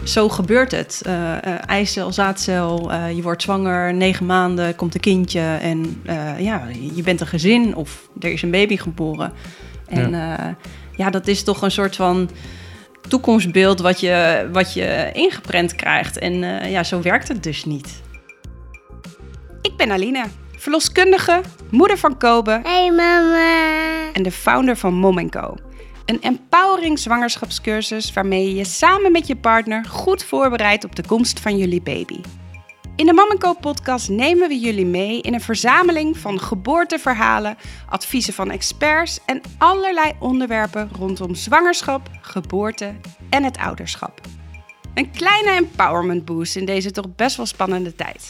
zo gebeurt het. Eicel, zaadcel, je wordt zwanger, 9 maanden, komt een kindje en je bent een gezin of er is een baby geboren. En dat is toch een soort van toekomstbeeld wat je ingeprent krijgt. En zo werkt het dus niet. Ik ben Aline, verloskundige, moeder van Kobe. Hey mama. En de founder van Mom & Co. Een empowering zwangerschapscursus waarmee je je samen met je partner goed voorbereidt op de komst van jullie baby. In de Mom & Co podcast nemen we jullie mee in een verzameling van geboorteverhalen, adviezen van experts en allerlei onderwerpen rondom zwangerschap, geboorte en het ouderschap. Een kleine empowerment boost in deze toch best wel spannende tijd.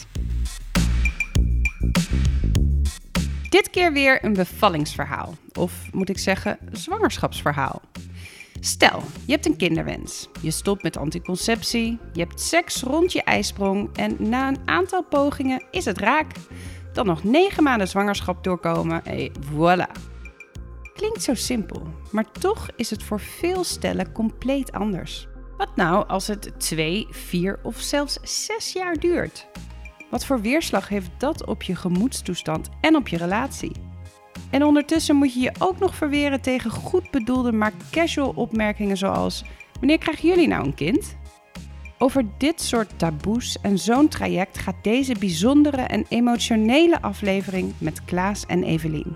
Dit keer weer een bevallingsverhaal, of moet ik zeggen zwangerschapsverhaal. Stel, je hebt een kinderwens, je stopt met anticonceptie, je hebt seks rond je ijsprong en na een aantal pogingen is het raak. Dan nog 9 maanden zwangerschap doorkomen en voilà. Klinkt zo simpel, maar toch is het voor veel stellen compleet anders. Wat nou als het 2, 4 of zelfs 6 jaar duurt? Wat voor weerslag heeft dat op je gemoedstoestand en op je relatie? En ondertussen moet je je ook nog verweren tegen goed bedoelde, maar casual opmerkingen zoals: wanneer krijgen jullie nou een kind? Over dit soort taboes en zo'n traject gaat deze bijzondere en emotionele aflevering met Klaas en Evelien.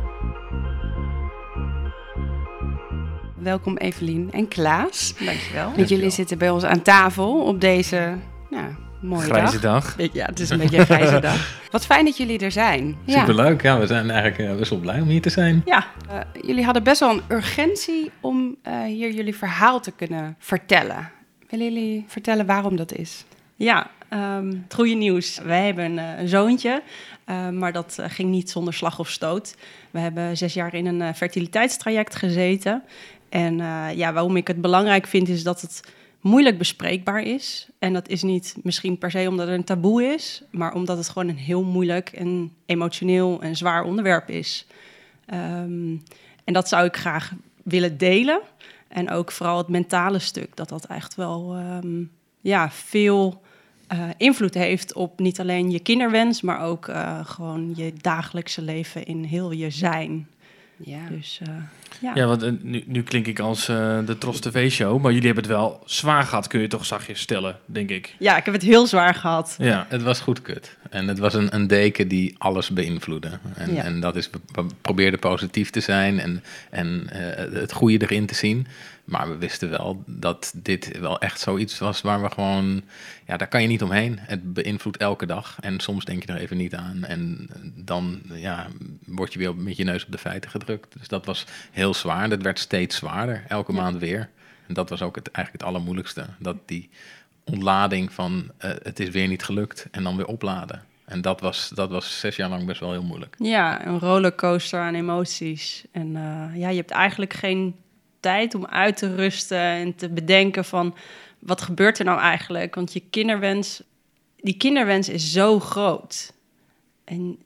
Welkom Evelien en Klaas. Dankjewel. Want jullie zitten bij ons aan tafel op deze mooie grijze dag. Ja, het is een beetje een grijze dag. Wat fijn dat jullie er zijn. Superleuk, ja. We zijn eigenlijk best wel blij om hier te zijn. Ja. Jullie hadden best wel een urgentie om hier jullie verhaal te kunnen vertellen. Willen jullie vertellen waarom dat is? Ja, het goede nieuws. Wij hebben een zoontje, maar dat ging niet zonder slag of stoot. We hebben 6 jaar in een fertiliteitstraject gezeten. En waarom ik het belangrijk vind is dat het moeilijk bespreekbaar is. En dat is niet misschien per se omdat er een taboe is, maar omdat het gewoon een heel moeilijk en emotioneel en zwaar onderwerp is. En dat zou ik graag willen delen. En ook vooral het mentale stuk, dat echt wel veel invloed heeft op niet alleen je kinderwens, maar ook gewoon je dagelijkse leven in heel je zijn. Ja. Dus, Ja, want nu klink ik als de Tros TV-show, maar jullie hebben het wel zwaar gehad, kun je toch zachtjes stellen, denk ik. Ja, ik heb het heel zwaar gehad. Ja. Het was goed kut. En het was een deken die alles beïnvloedde. En dat is, we probeerden positief te zijn en het goede erin te zien. Maar we wisten wel dat dit wel echt zoiets was waar we gewoon, daar kan je niet omheen. Het beïnvloedt elke dag en soms denk je er even niet aan. En dan word je weer met je neus op de feiten gedrukt. Dus dat was heel zwaar. Dat werd steeds zwaarder, elke maand weer. En dat was ook eigenlijk het allermoeilijkste. Dat die ontlading van het is weer niet gelukt en dan weer opladen. En dat was 6 jaar lang best wel heel moeilijk. Ja, een rollercoaster aan emoties. En je hebt eigenlijk geen tijd om uit te rusten en te bedenken van wat gebeurt er nou eigenlijk? Want die kinderwens is zo groot. En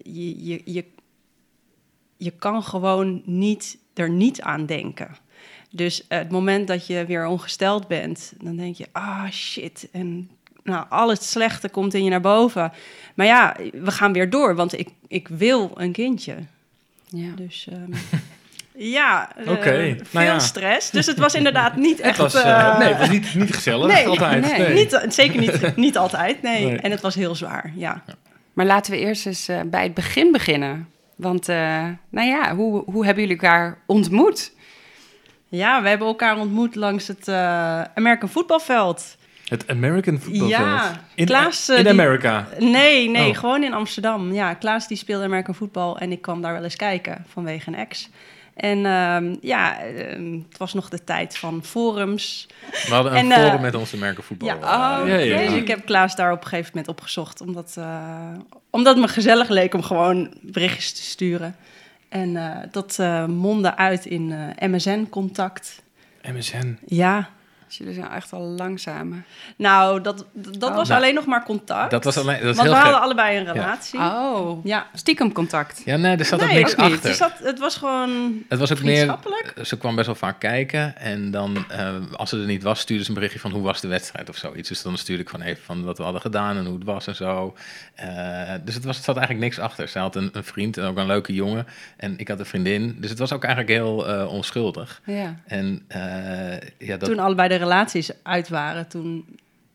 je kan gewoon er niet aan denken. Dus het moment dat je weer ongesteld bent, dan denk je, shit. En al het slechte komt in je naar boven. Maar we gaan weer door, want ik wil een kindje. Ja. Dus veel stress. Dus het was inderdaad niet echt... Het was niet gezellig, nee, altijd. Nee. Zeker niet altijd, nee. En het was heel zwaar, ja. Maar laten we eerst eens bij het begin beginnen. Want, hoe hebben jullie elkaar ontmoet? Ja, we hebben elkaar ontmoet langs het American voetbalveld. Het American voetbalveld? Ja. In Amerika? Nee, gewoon in Amsterdam. Ja, Klaas die speelde American voetbal en ik kwam daar wel eens kijken vanwege een ex. En het was nog de tijd van forums. We hadden een forum met onze American voetbal. Dus ik heb Klaas daar op een gegeven moment opgezocht, omdat het me gezellig leek om gewoon berichtjes te sturen. En dat mondde uit in MSN-contact. MSN? Ja. Dus jullie zijn echt al lang samen. Nou, dat was alleen nog maar contact. Dat was alleen... Dat is Want heel we gek. hadden allebei een relatie. Oh, Ja. stiekem contact. Ja, nee, er zat ook Nee, niks ook niet. achter. Het was gewoon Het was ook meer... vriendschappelijk. Ze kwam best wel vaak kijken. En dan, als ze er niet was, stuurde ze een berichtje van hoe was de wedstrijd of zoiets. Dus dan stuurde ik gewoon even van wat we hadden gedaan en hoe het was en zo. Dus het zat eigenlijk niks achter. Ze had een vriend en ook een leuke jongen. En ik had een vriendin. Dus het was ook eigenlijk heel onschuldig. Ja. En Toen allebei de relaties uit waren, toen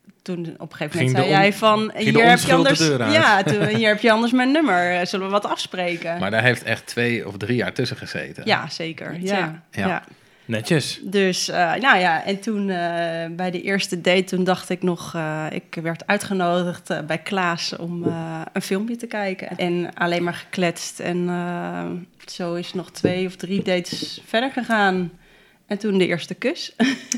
op een gegeven moment Ging zei jij van... ging de onschuld de deur uit. Ja, hier heb je anders mijn nummer. Zullen we wat afspreken? Maar daar heeft echt 2 of 3 jaar tussen gezeten. Ja, zeker. Ja. Ja. Netjes. Dus, en toen bij de eerste date, toen dacht ik nog... ik werd uitgenodigd bij Klaas om een filmpje te kijken. En alleen maar gekletst. En zo is nog 2 of 3 dates verder gegaan. En toen de eerste kus.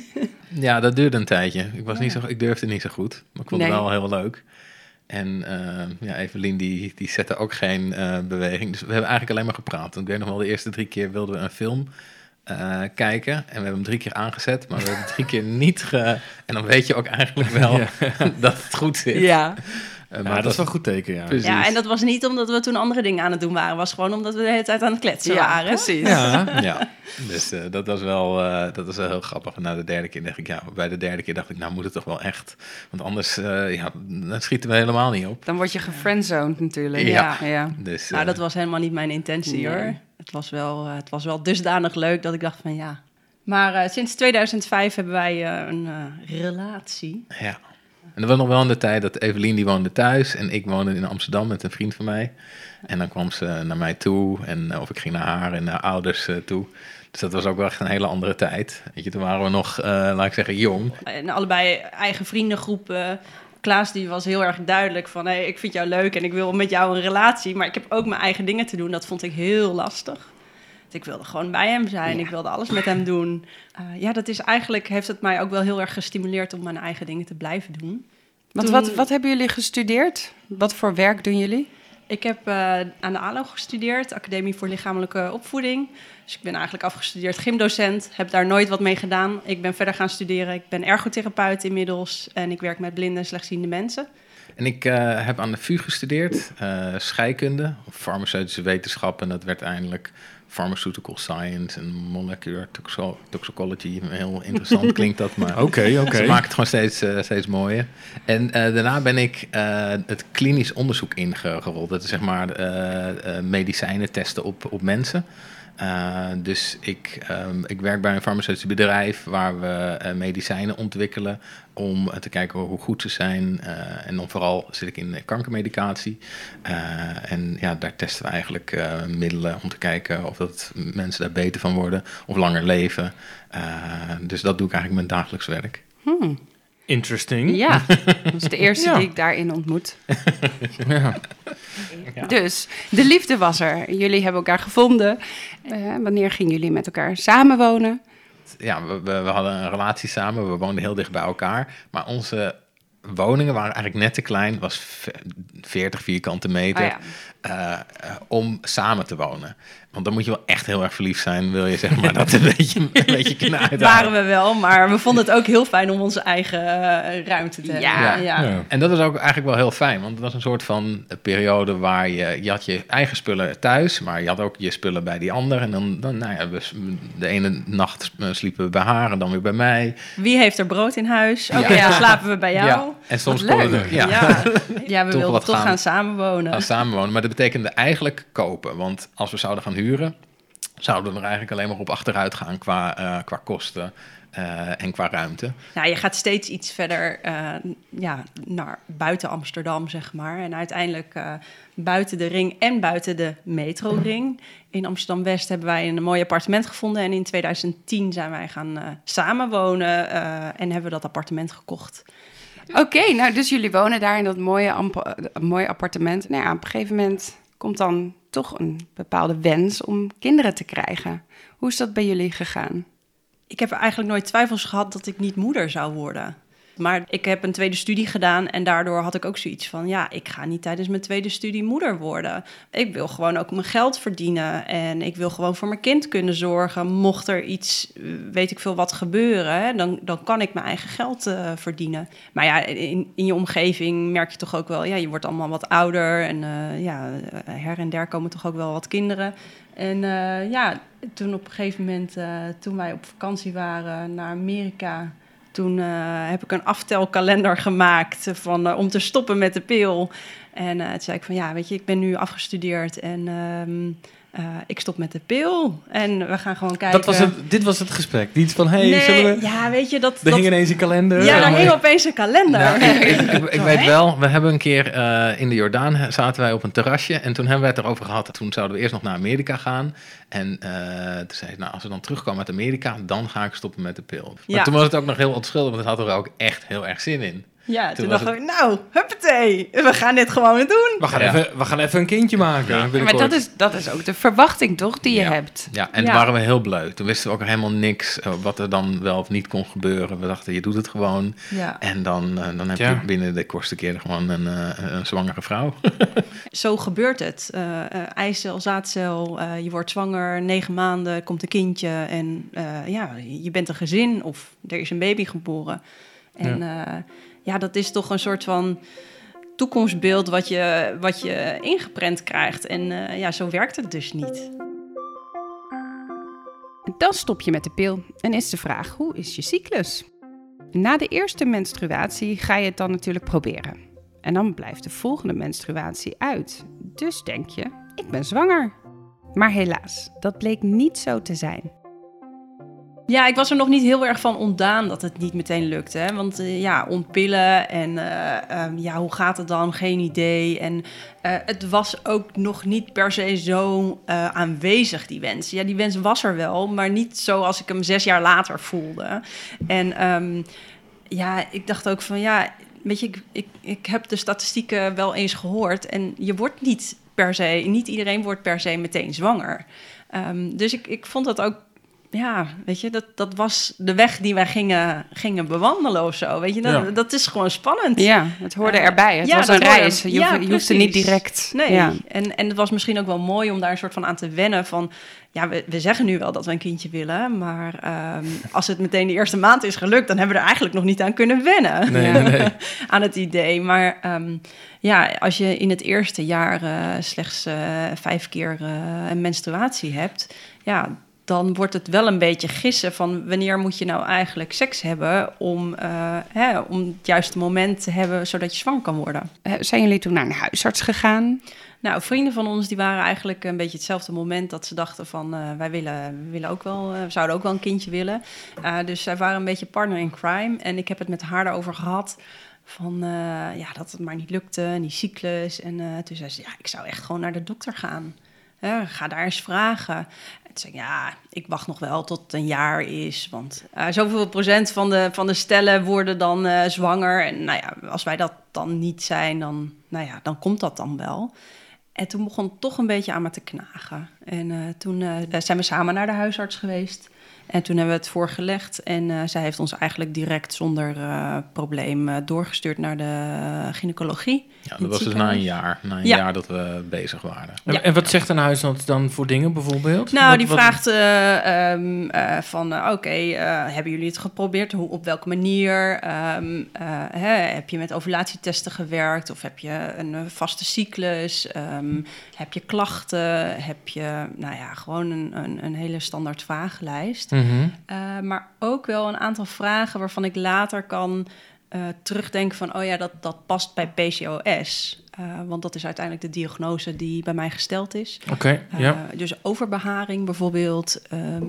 Ja, dat duurde een tijdje. Ik durfde niet zo goed, maar ik vond het wel heel leuk. En Evelien die zette ook geen beweging. Dus we hebben eigenlijk alleen maar gepraat. Ik weet nog wel, de eerste 3 keer wilden we een film kijken. En we hebben hem 3 keer aangezet, maar we hebben 3 keer niet En dan weet je ook eigenlijk wel dat het goed zit. Ja. Maar dat is wel een goed teken, ja. Precies. Ja, en dat was niet omdat we toen andere dingen aan het doen waren. Het was gewoon omdat we de hele tijd aan het kletsen waren. Precies. Ja, dus dat was wel heel grappig. En na de derde keer dacht ik, bij de derde keer dacht ik, nou moet het toch wel echt. Want anders dan schieten we helemaal niet op. Dan word je gefriendzoned natuurlijk. Ja. Dus, Nou, dat was helemaal niet mijn intentie hoor. Het was wel dusdanig leuk dat ik dacht van ja. Maar sinds 2005 hebben wij een relatie. Ja. En dat was nog wel in de tijd dat Evelien die woonde thuis en ik woonde in Amsterdam met een vriend van mij. En dan kwam ze naar mij toe of ik ging naar haar en naar ouders toe. Dus dat was ook wel echt een hele andere tijd. Weet je, toen waren we nog, laat ik zeggen, jong. En allebei eigen vriendengroepen. Klaas die was heel erg duidelijk van... Hey, ik vind jou leuk en ik wil met jou een relatie... maar ik heb ook mijn eigen dingen te doen. Dat vond ik heel lastig. Ik wilde gewoon bij hem zijn. Ja. Ik wilde alles met hem doen. Dat is eigenlijk... heeft het mij ook wel heel erg gestimuleerd... om mijn eigen dingen te blijven doen. Want wat hebben jullie gestudeerd? Wat voor werk doen jullie? Ik heb aan de ALO gestudeerd, Academie voor Lichamelijke Opvoeding. Dus ik ben eigenlijk afgestudeerd gymdocent, heb daar nooit wat mee gedaan. Ik ben verder gaan studeren, ik ben ergotherapeut inmiddels... en ik werk met blinde en slechtziende mensen. En ik heb aan de VU gestudeerd, scheikunde, of farmaceutische wetenschap... en dat werd eindelijk pharmaceutical science en molecular toxicology. Heel interessant klinkt dat, maar Oké. Ze maken het gewoon steeds mooier. En daarna ben ik het klinisch onderzoek ingerold. Dat is zeg maar medicijnen testen op mensen. Dus ik werk bij een farmaceutisch bedrijf waar we medicijnen ontwikkelen om te kijken hoe goed ze zijn. En dan vooral zit ik in kankermedicatie. En daar testen we eigenlijk middelen om te kijken of dat mensen daar beter van worden of langer leven. Dus dat doe ik eigenlijk mijn dagelijks werk. Interesting. Ja, dat is de eerste die ik daarin ontmoet. Ja. Dus, de liefde was er. Jullie hebben elkaar gevonden. Wanneer gingen jullie met elkaar samenwonen? Ja, we hadden een relatie samen. We woonden heel dicht bij elkaar. Maar onze woningen waren eigenlijk net te klein. Was 40 vierkante meter. Om samen te wonen. Want dan moet je wel echt heel erg verliefd zijn. Wil je zeg maar dat een beetje knuiten. Waren we wel, maar we vonden het ook heel fijn om onze eigen ruimte te hebben. Ja. En dat was ook eigenlijk wel heel fijn. Want het was een soort van periode waar je had je eigen spullen thuis. Maar je had ook je spullen bij die ander. En dan de ene nacht sliepen we bij haar en dan weer bij mij. Wie heeft er brood in huis? Oké, dan slapen we bij jou. Ja. En soms konden we... We wilden toch gaan samenwonen. Maar dat betekende eigenlijk kopen. Want als we zouden gaan huren, zouden we er eigenlijk alleen maar op achteruit gaan qua kosten en qua ruimte. Nou, je gaat steeds iets verder naar buiten Amsterdam, zeg maar. En uiteindelijk buiten de ring en buiten de metroring. In Amsterdam-West hebben wij een mooi appartement gevonden. En in 2010 zijn wij gaan samenwonen en hebben we dat appartement gekocht. Oké, nou dus jullie wonen daar in dat mooie appartement. Nou ja, op een gegeven moment komt dan toch een bepaalde wens om kinderen te krijgen. Hoe is dat bij jullie gegaan? Ik heb eigenlijk nooit twijfels gehad dat ik niet moeder zou worden. Maar ik heb een tweede studie gedaan en daardoor had ik ook zoiets van... ja, ik ga niet tijdens mijn tweede studie moeder worden. Ik wil gewoon ook mijn geld verdienen en ik wil gewoon voor mijn kind kunnen zorgen. Mocht er iets, weet ik veel wat gebeuren, hè, dan kan ik mijn eigen geld verdienen. Maar ja, in je omgeving merk je toch ook wel... ja, je wordt allemaal wat ouder en her en der komen toch ook wel wat kinderen... En toen op een gegeven moment, toen wij op vakantie waren naar Amerika... toen heb ik een aftelkalender gemaakt om te stoppen met de pil. En toen zei ik van, ja, weet je, ik ben nu afgestudeerd en ik stop met de pil. En we gaan gewoon kijken... Dit was het gesprek. Niet van, zullen we... Ja, weet je, Er hing ineens een kalender. Ja, er hing opeens een kalender. Nou, ik weet wel, we hebben een keer in de Jordaan zaten wij op een terrasje. En toen hebben we het erover gehad. Toen zouden we eerst nog naar Amerika gaan. En toen zei ik, nou, als we dan terugkomen uit Amerika, dan ga ik stoppen met de pil. Maar toen was het ook nog heel onschuldig, want het had er ook echt heel erg zin in. Ja, toen dachten we, nou, huppatee, we gaan dit gewoon doen. We gaan even een kindje maken. Ja. Maar dat is ook de verwachting, toch, die je hebt. Ja, en toen waren we heel bleu. Toen wisten we ook helemaal niks wat er dan wel of niet kon gebeuren. We dachten, je doet het gewoon. Ja. En dan heb je binnen de kortste keer gewoon een zwangere vrouw. Zo gebeurt het. Eicel, zaadcel, je wordt zwanger, 9 maanden, komt een kindje. En je bent een gezin of er is een baby geboren. En dat is toch een soort van toekomstbeeld wat je ingeprent krijgt. En zo werkt het dus niet. Dan stop je met de pil en is de vraag, hoe is je cyclus? Na de eerste menstruatie ga je het dan natuurlijk proberen. En dan blijft de volgende menstruatie uit. Dus denk je, ik ben zwanger. Maar helaas, dat bleek niet zo te zijn. Ja, ik was er nog niet heel erg van ontdaan dat het niet meteen lukte. Hè? Want ontpillen en hoe gaat het dan? Geen idee. En het was ook nog niet per se zo aanwezig, die wens. Ja, die wens was er wel, maar niet zoals ik hem 6 jaar later voelde. En ik dacht ook van, weet je, ik heb de statistieken wel eens gehoord. En je wordt niet iedereen wordt per se meteen zwanger. Dus ik vond dat ook... Ja, weet je, dat was de weg die wij gingen bewandelen of zo. Weet je, dat is gewoon spannend. Ja, het hoorde erbij. Het was een reis. Je hoefde niet direct. Nee, en het was misschien ook wel mooi om daar een soort van aan te wennen van... Ja, we zeggen nu wel dat we een kindje willen, maar als het meteen de eerste maand is gelukt... dan hebben we er eigenlijk nog niet aan kunnen wennen. Nee. Aan het idee. Maar als je in het eerste jaar slechts 5 keer een menstruatie hebt... dan wordt het wel een beetje gissen van wanneer moet je nou eigenlijk seks hebben om het juiste moment te hebben zodat je zwanger kan worden. Zijn jullie toen naar een huisarts gegaan? Nou, vrienden van ons die waren eigenlijk een beetje hetzelfde moment dat ze dachten van wij zouden ook wel een kindje willen. Dus zij waren een beetje partner in crime en ik heb het met haar daarover gehad. Van dat het maar niet lukte, die cyclus. En toen zei ze, ik zou echt gewoon naar de dokter gaan. Ga daar eens vragen. En toen zei ik, ik wacht nog wel tot het een jaar is. Want zoveel procent van de stellen worden dan zwanger. En als wij dat dan niet zijn, dan komt dat dan wel. En toen begon het toch een beetje aan me te knagen. En toen zijn we samen naar de huisarts geweest. En toen hebben we het voorgelegd. En zij heeft ons eigenlijk direct zonder probleem doorgestuurd naar de gynaecologie. Ja, dat was dus na een jaar. Na een jaar dat we bezig waren. Ja. En wat zegt een huisarts dan voor dingen bijvoorbeeld? Nou, die vraagt hebben jullie het geprobeerd? Op welke manier? Heb je met ovulatietesten gewerkt? Of heb je een vaste cyclus? Heb je klachten? Heb je gewoon een hele standaard vragenlijst? Mm-hmm. Maar ook wel een aantal vragen waarvan ik later kan terugdenken van... dat past bij PCOS. Want dat is uiteindelijk de diagnose die bij mij gesteld is. Oké. Dus overbeharing bijvoorbeeld.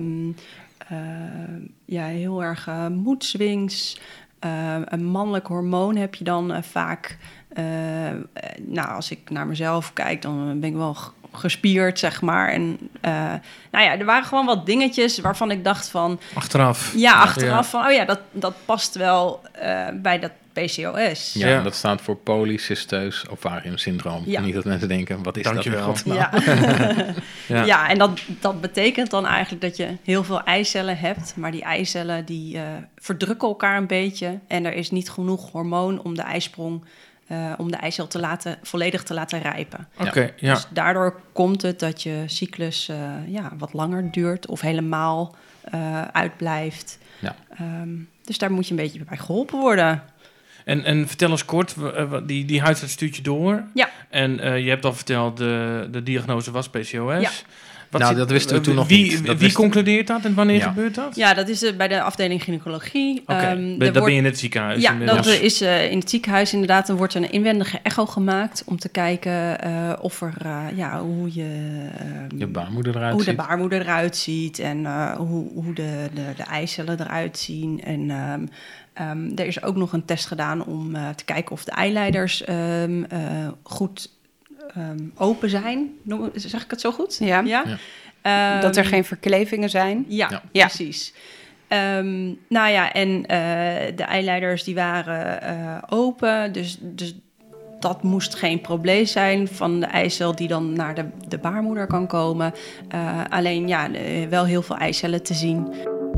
Heel erg moedswings. Een mannelijk hormoon heb je dan vaak... als ik naar mezelf kijk, dan ben ik wel gespierd, zeg maar. En er waren gewoon wat dingetjes waarvan ik dacht van... Achteraf. Ja, achteraf van, dat past wel bij dat PCOS. Ja, dat staat voor polycysteus ovarium syndroom. Ja. Niet dat mensen denken, wat is Dankjewel. dat in godsnaam? Ja, en dat betekent dan eigenlijk dat je heel veel eicellen hebt, maar die eicellen die verdrukken elkaar een beetje en er is niet genoeg hormoon om de ijsprong, om de eicel volledig te laten rijpen. Oké, ja. Dus daardoor komt het dat je cyclus wat langer duurt of helemaal uitblijft. Ja. Dus daar moet je een beetje bij geholpen worden. En vertel eens kort, die huisarts stuurt je door. Ja. En je hebt al verteld, de diagnose was PCOS. Ja. Dat wisten we toen nog niet. Wie concludeert dat en wanneer gebeurt dat? Ja, dat is bij de afdeling gynaecologie. Oké, dat ben je in het ziekenhuis inmiddels. Dat is in het ziekenhuis inderdaad. Er wordt een inwendige echo gemaakt om te kijken of er, hoe je baarmoeder eruit hoe ziet. de baarmoeder eruit ziet en hoe de eicellen eruit zien. En er is ook nog een test gedaan om te kijken of de eileiders goed open zijn. Zeg ik het zo goed? Ja. Dat er geen verklevingen zijn. Ja, Ja. precies. En de eileiders die waren open, dus dat moest geen probleem zijn van de eicel die dan naar de baarmoeder kan komen. Alleen wel heel veel eicellen te zien.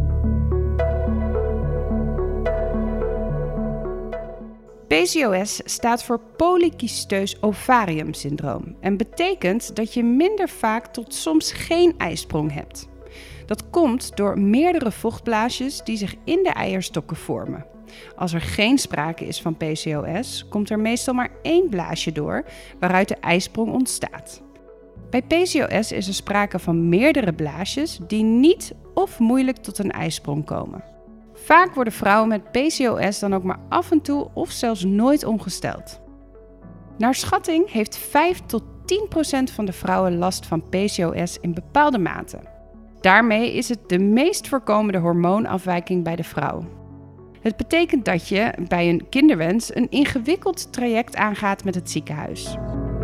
PCOS staat voor polycysteus ovarium syndroom en betekent dat je minder vaak tot soms geen ijsprong hebt. Dat komt door meerdere vochtblaasjes die zich in de eierstokken vormen. Als er geen sprake is van PCOS, komt er meestal maar 1 blaasje door waaruit de ijsprong ontstaat. Bij PCOS is er sprake van meerdere blaasjes die niet of moeilijk tot een ijsprong komen. Vaak worden vrouwen met PCOS dan ook maar af en toe of zelfs nooit ongesteld. Naar schatting heeft 5-10% van de vrouwen last van PCOS in bepaalde mate. Daarmee is het de meest voorkomende hormoonafwijking bij de vrouw. Het betekent dat je bij een kinderwens een ingewikkeld traject aangaat met het ziekenhuis.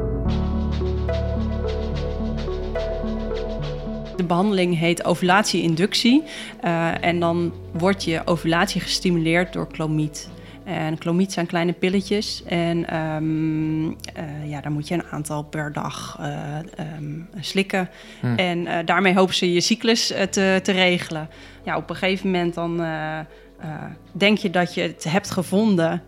De behandeling heet ovulatie-inductie. En dan wordt je ovulatie gestimuleerd door clomid. En clomid zijn kleine pilletjes. En daar moet je een aantal per dag slikken. En daarmee hopen ze je cyclus te regelen. Ja, op een gegeven moment dan denk je dat je het hebt gevonden.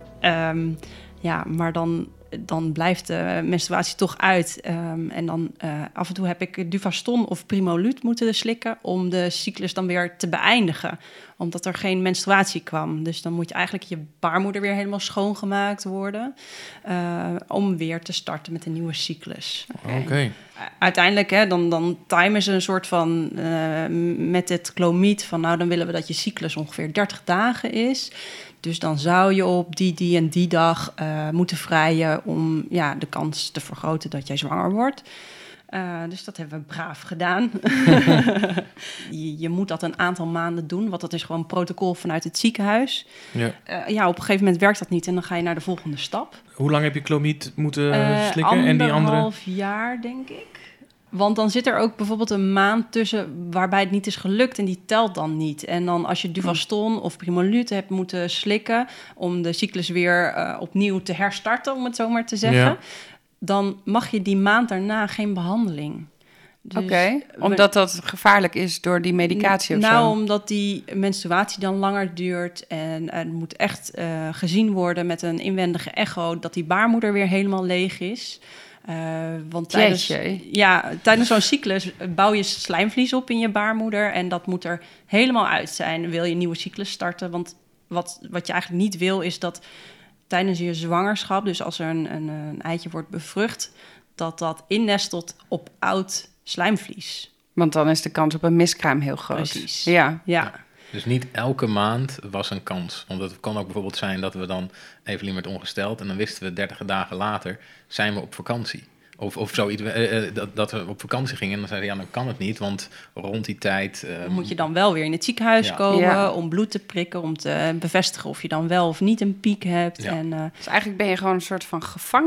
Maar dan blijft de menstruatie toch uit. En dan af en toe heb ik Duvaston of Primolut moeten slikken om de cyclus dan weer te beëindigen. Omdat er geen menstruatie kwam. Dus dan moet eigenlijk je baarmoeder weer helemaal schoongemaakt worden. Om weer te starten met een nieuwe cyclus. Oké. Uiteindelijk, dan timen ze een soort van met het clomid van dan willen we dat je cyclus ongeveer 30 dagen is. Dus dan zou je op die en die dag moeten vrijen om de kans te vergroten dat jij zwanger wordt. Dus dat hebben we braaf gedaan. Je moet dat een aantal maanden doen, want dat is gewoon protocol vanuit het ziekenhuis. Ja. Op een gegeven moment werkt dat niet en dan ga je naar de volgende stap. Hoe lang heb je clomid moeten slikken? En die andere? 1,5 jaar, denk ik. Want dan zit er ook bijvoorbeeld een maand tussen waarbij het niet is gelukt en die telt dan niet. En dan als je Duvaston of Primolut hebt moeten slikken om de cyclus weer opnieuw te herstarten, om het zo maar te zeggen, dan mag je die maand daarna geen behandeling. Dus omdat dat gevaarlijk is door die medicatie of zo? Nou, omdat die menstruatie dan langer duurt en het moet echt gezien worden met een inwendige echo dat die baarmoeder weer helemaal leeg is. Want tijdens zo'n cyclus bouw je slijmvlies op in je baarmoeder en dat moet er helemaal uit zijn. Wil je een nieuwe cyclus starten? Want wat je eigenlijk niet wil is dat tijdens je zwangerschap, dus als er een eitje wordt bevrucht, dat innestelt op oud slijmvlies. Want dan is de kans op een miskraam heel groot. Precies. Ja. Dus niet elke maand was een kans. Want het kan ook bijvoorbeeld zijn dat we dan Evelien werd ongesteld en dan wisten we 30 dagen later zijn we op vakantie. Of zoiets, dat we op vakantie gingen en dan zeiden dan kan het niet, want rond die tijd moet je dan wel weer in het ziekenhuis komen om bloed te prikken, om te bevestigen of je dan wel of niet een piek hebt. Dus eigenlijk ben je gewoon een soort van gevangen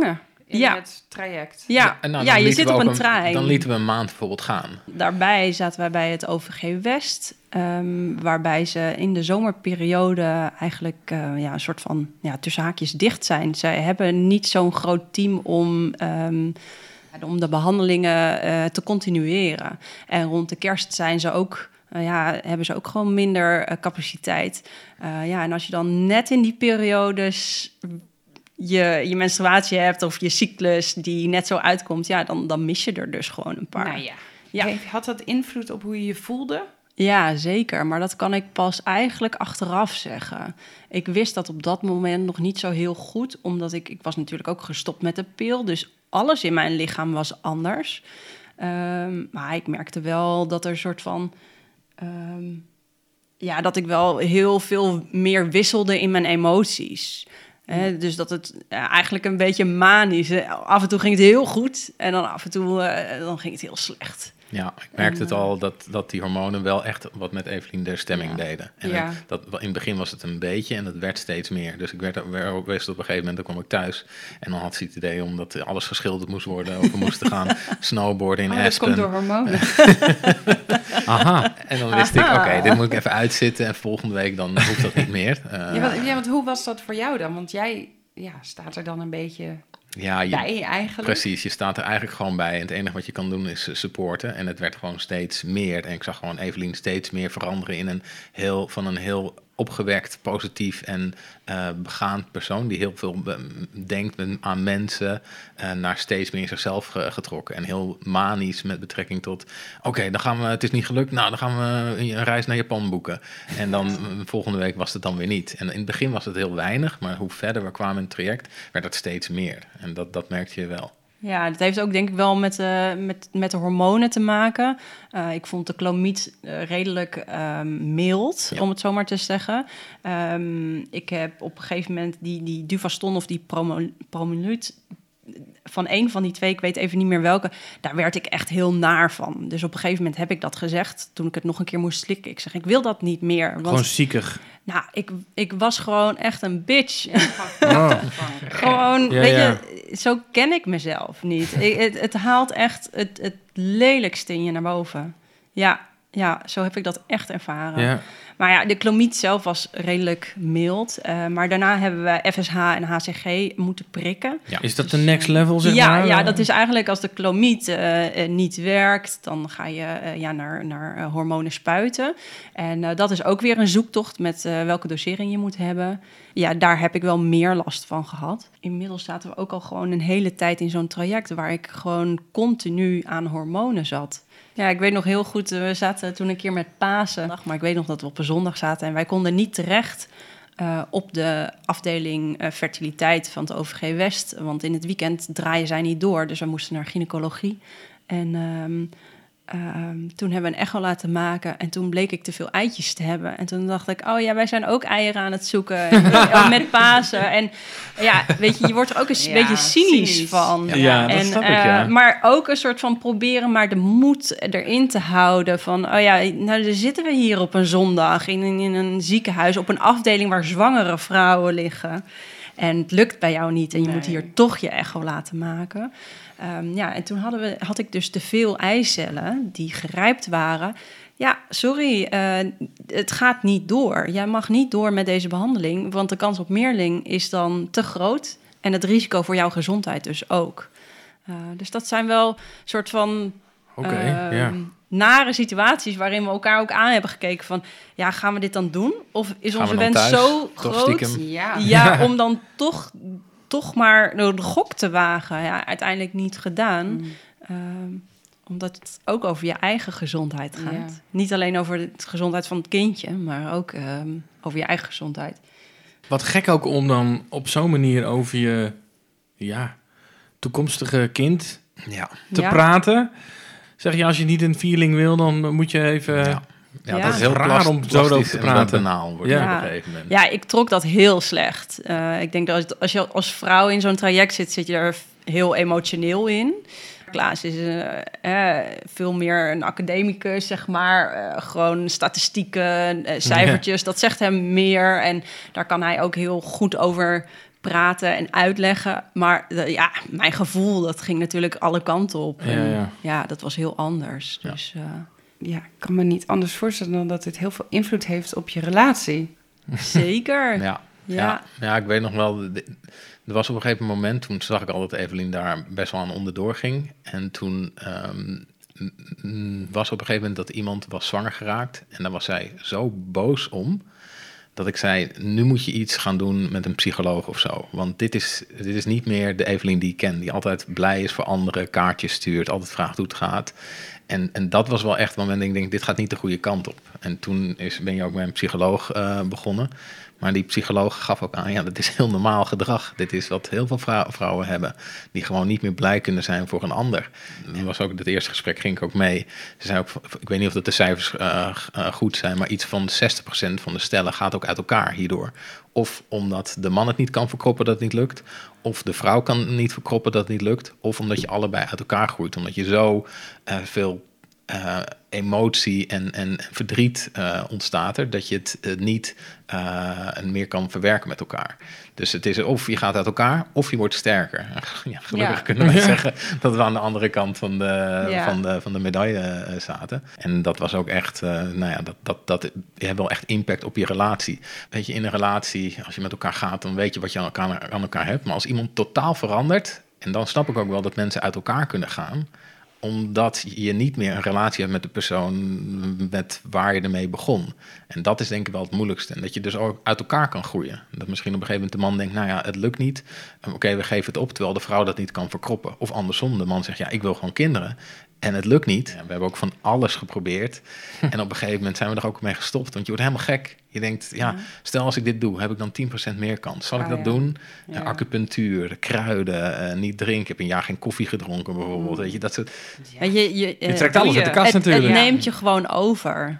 in het traject. Ja, En nou, ja, dan je lieten zit we op ook een trein. Dan lieten we een maand bijvoorbeeld gaan. Daarbij zaten wij bij het OVG West, waarbij ze in de zomerperiode eigenlijk een soort van tussen haakjes dicht zijn. Zij hebben niet zo'n groot team om de behandelingen te continueren. En rond de kerst zijn ze ook, hebben ze ook gewoon minder capaciteit. En als je dan net in die periodes je menstruatie hebt of je cyclus die net zo uitkomt, dan mis je er dus gewoon een paar. Nou ja. Had dat invloed op hoe je je voelde? Ja, zeker. Maar dat kan ik pas eigenlijk achteraf zeggen. Ik wist dat op dat moment nog niet zo heel goed, omdat ik was natuurlijk ook gestopt met de pil. Dus alles in mijn lichaam was anders. Maar ik merkte wel dat er een soort van dat ik wel heel veel meer wisselde in mijn emoties. Dus dat het eigenlijk een beetje manisch. Af en toe ging het heel goed en dan af en toe dan ging het heel slecht. Ja, ik merkte het al dat die hormonen wel echt wat met Evelien de stemming deden. En in het begin was het een beetje en het werd steeds meer. Dus ik wist op een gegeven moment, dan kwam ik thuis en dan had ze het idee omdat alles geschilderd moest worden of we moesten gaan snowboarden in Aspen. Dat komt door hormonen. Aha. En dan wist ik, oké, dit moet ik even uitzitten en volgende week dan hoeft dat niet meer. Want hoe was dat voor jou dan? Want jij staat er dan een beetje bij eigenlijk. Precies, je staat er eigenlijk gewoon bij. En het enige wat je kan doen is supporten. En het werd gewoon steeds meer. En ik zag gewoon Evelien steeds meer veranderen in van een heel opgewekt, positief en begaand persoon die heel veel denkt aan mensen, naar steeds meer zichzelf getrokken. En heel manisch met betrekking tot, oké, dan gaan we, het is niet gelukt, nou, dan gaan we een reis naar Japan boeken. En dan volgende week was het dan weer niet. En in het begin was het heel weinig, maar hoe verder we kwamen in het traject, werd het steeds meer. En dat merkte je wel. Ja, dat heeft ook denk ik wel met de hormonen te maken. Ik vond de Clomid redelijk mild, om het zo maar te zeggen. Ik heb op een gegeven moment die Duvaston of die Promoluut, van een van die twee, ik weet even niet meer welke, daar werd ik echt heel naar van. Dus op een gegeven moment heb ik dat gezegd, toen ik het nog een keer moest slikken. Ik zeg, ik wil dat niet meer. Want, gewoon ziekig. Nou, ik was gewoon echt een bitch. Gewoon, je, zo ken ik mezelf niet. Het haalt echt het lelijkste in je naar boven. Ja, zo heb ik dat echt ervaren. Ja. Maar ja, de Clomid zelf was redelijk mild. Maar daarna hebben we FSH en HCG moeten prikken. Ja. Is dat de next level, zeg maar? Ja, dat is eigenlijk als de Clomid niet werkt, dan ga je naar hormonen spuiten. En dat is ook weer een zoektocht met welke dosering je moet hebben. Ja, daar heb ik wel meer last van gehad. Inmiddels zaten we ook al gewoon een hele tijd in zo'n traject waar ik gewoon continu aan hormonen zat. Ja, ik weet nog heel goed, we zaten toen een keer met Pasen, maar ik weet nog dat we op een zondag zaten en wij konden niet terecht op de afdeling fertiliteit van het OVG West, want in het weekend draaien zij niet door, dus we moesten naar gynaecologie. En toen hebben we een echo laten maken en toen bleek ik te veel eitjes te hebben. En toen dacht ik, oh ja, wij zijn ook eieren aan het zoeken en, met Pasen. En ja, weet je wordt er ook een beetje cynisch van. Ja, dat snap ik, ja. Maar ook een soort van proberen maar de moed erin te houden van, oh ja, nou dan zitten we hier op een zondag in een ziekenhuis op een afdeling waar zwangere vrouwen liggen. En het lukt bij jou niet en je moet hier toch je echo laten maken. En toen had ik dus te veel eicellen die gerijpt waren. Ja, sorry, het gaat niet door. Jij mag niet door met deze behandeling, want de kans op meerling is dan te groot. En het risico voor jouw gezondheid dus ook. Dus dat zijn wel soort van nare situaties waarin we elkaar ook aan hebben gekeken van, ja, gaan we dit dan doen? Of is onze wens thuis, zo groot om dan toch maar de gok te wagen? Ja, uiteindelijk niet gedaan. Omdat het ook over je eigen gezondheid gaat. Ja. Niet alleen over de gezondheid van het kindje, maar ook over je eigen gezondheid. Wat gek ook om dan op zo'n manier over je toekomstige kind te praten. Zeg je, als je niet een vierling wil, dan moet je even... Ja, dat is heel raar om zo over te praten. Wordt op een gegeven moment. Ja, ik trok dat heel slecht. Ik denk dat als je als vrouw in zo'n traject zit je er heel emotioneel in. Klaas is veel meer een academicus, zeg maar. Gewoon statistieken, cijfertjes, dat zegt hem meer. En daar kan hij ook heel goed over praten en uitleggen. Maar mijn gevoel, dat ging natuurlijk alle kanten op. En dat was heel anders. Ja. Dus, ik kan me niet anders voorstellen dan dat dit heel veel invloed heeft op je relatie. Zeker. Ja, ik weet nog wel. Er was op een gegeven moment, toen zag ik al dat Evelien daar best wel aan onderdoor ging. En toen was op een gegeven moment dat iemand was zwanger geraakt. En daar was zij zo boos om, dat ik zei, nu moet je iets gaan doen met een psycholoog of zo. Want dit is niet meer de Evelien die ik ken, die altijd blij is voor anderen, kaartjes stuurt, altijd vraagt hoe het gaat. En dat was wel echt het moment dat ik denk, dit gaat niet de goede kant op. En toen ben je ook met een psycholoog begonnen. Maar die psycholoog gaf ook aan, dat is heel normaal gedrag. Dit is wat heel veel vrouwen hebben, die gewoon niet meer blij kunnen zijn voor een ander. Dat was ook het eerste gesprek, ging ik ook mee. Ze zei ook, ik weet niet of dat de cijfers goed zijn, maar iets van 60% van de stellen gaat ook uit elkaar hierdoor. Of omdat de man het niet kan verkroppen dat het niet lukt, of de vrouw kan niet verkroppen dat het niet lukt, of omdat je allebei uit elkaar groeit, omdat je zo veel emotie en verdriet ontstaat er, dat je het niet meer kan verwerken met elkaar. Dus het is of je gaat uit elkaar, of je wordt sterker. Gelukkig kunnen we zeggen dat we aan de andere kant van de medaille zaten. En dat was ook echt, dat je hebt wel echt impact op je relatie. Weet je, in een relatie, als je met elkaar gaat, dan weet je wat je aan elkaar hebt. Maar als iemand totaal verandert, en dan snap ik ook wel dat mensen uit elkaar kunnen gaan, omdat je niet meer een relatie hebt met de persoon met waar je ermee begon. En dat is denk ik wel het moeilijkste. En dat je dus ook uit elkaar kan groeien. Dat misschien op een gegeven moment de man denkt, het lukt niet. Oké, we geven het op, terwijl de vrouw dat niet kan verkroppen. Of andersom, de man zegt, ik wil gewoon kinderen. En het lukt niet. We hebben ook van alles geprobeerd. En op een gegeven moment zijn we er ook mee gestopt. Want je wordt helemaal gek. Je denkt, stel als ik dit doe, heb ik dan 10% meer kans. Zal ik dat doen? Ja. Acupunctuur, kruiden, niet drinken. Ik heb een jaar geen koffie gedronken bijvoorbeeld. Weet je, dat soort... Je trekt alles uit de kast natuurlijk. Het neemt je gewoon over.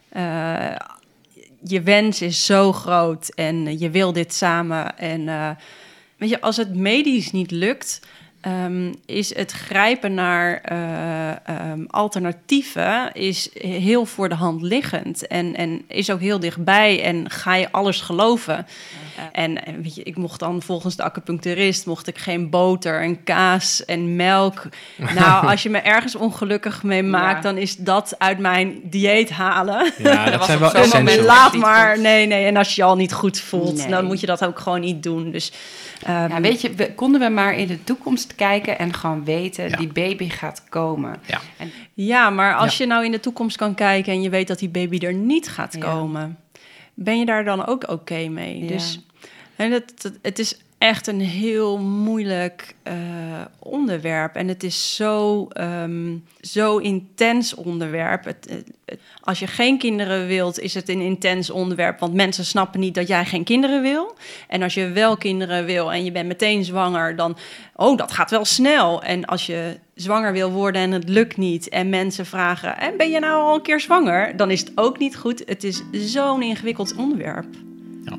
Je wens is zo groot en je wil dit samen. En weet je, als het medisch niet lukt, is het grijpen naar alternatieven is heel voor de hand liggend en is ook heel dichtbij en ga je alles geloven. En weet je, ik mocht dan volgens de acupuncturist geen boter en kaas en melk. Nou, als je me ergens ongelukkig mee maakt, dan is dat uit mijn dieet halen. Ja, dat zijn wel essentials. Laat maar, nee. En als je je al niet goed voelt, dan moet je dat ook gewoon niet doen. Dus weet je, konden we maar in de toekomst kijken en gewoon weten, die baby gaat komen. Ja, maar als je nou in de toekomst kan kijken en je weet dat die baby er niet gaat komen, ben je daar dan ook oké mee? Ja. Dus het is echt een heel moeilijk onderwerp. En het is zo intens onderwerp. Als je geen kinderen wilt, is het een intens onderwerp. Want mensen snappen niet dat jij geen kinderen wil. En als je wel kinderen wil en je bent meteen zwanger, dan, dat gaat wel snel. En als je zwanger wil worden en het lukt niet en mensen vragen, en ben je nou al een keer zwanger? Dan is het ook niet goed. Het is zo'n ingewikkeld onderwerp. Ja.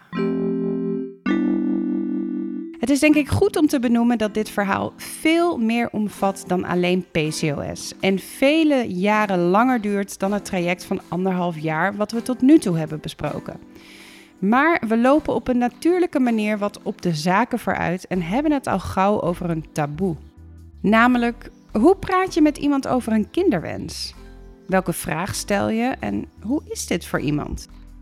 Het is denk ik goed om te benoemen dat dit verhaal veel meer omvat dan alleen PCOS. En vele jaren langer duurt dan het traject van 1,5 jaar wat we tot nu toe hebben besproken. Maar we lopen op een natuurlijke manier wat op de zaken vooruit en hebben het al gauw over een taboe. Namelijk, hoe praat je met iemand over een kinderwens? Welke vraag stel je en hoe is dit voor iemand?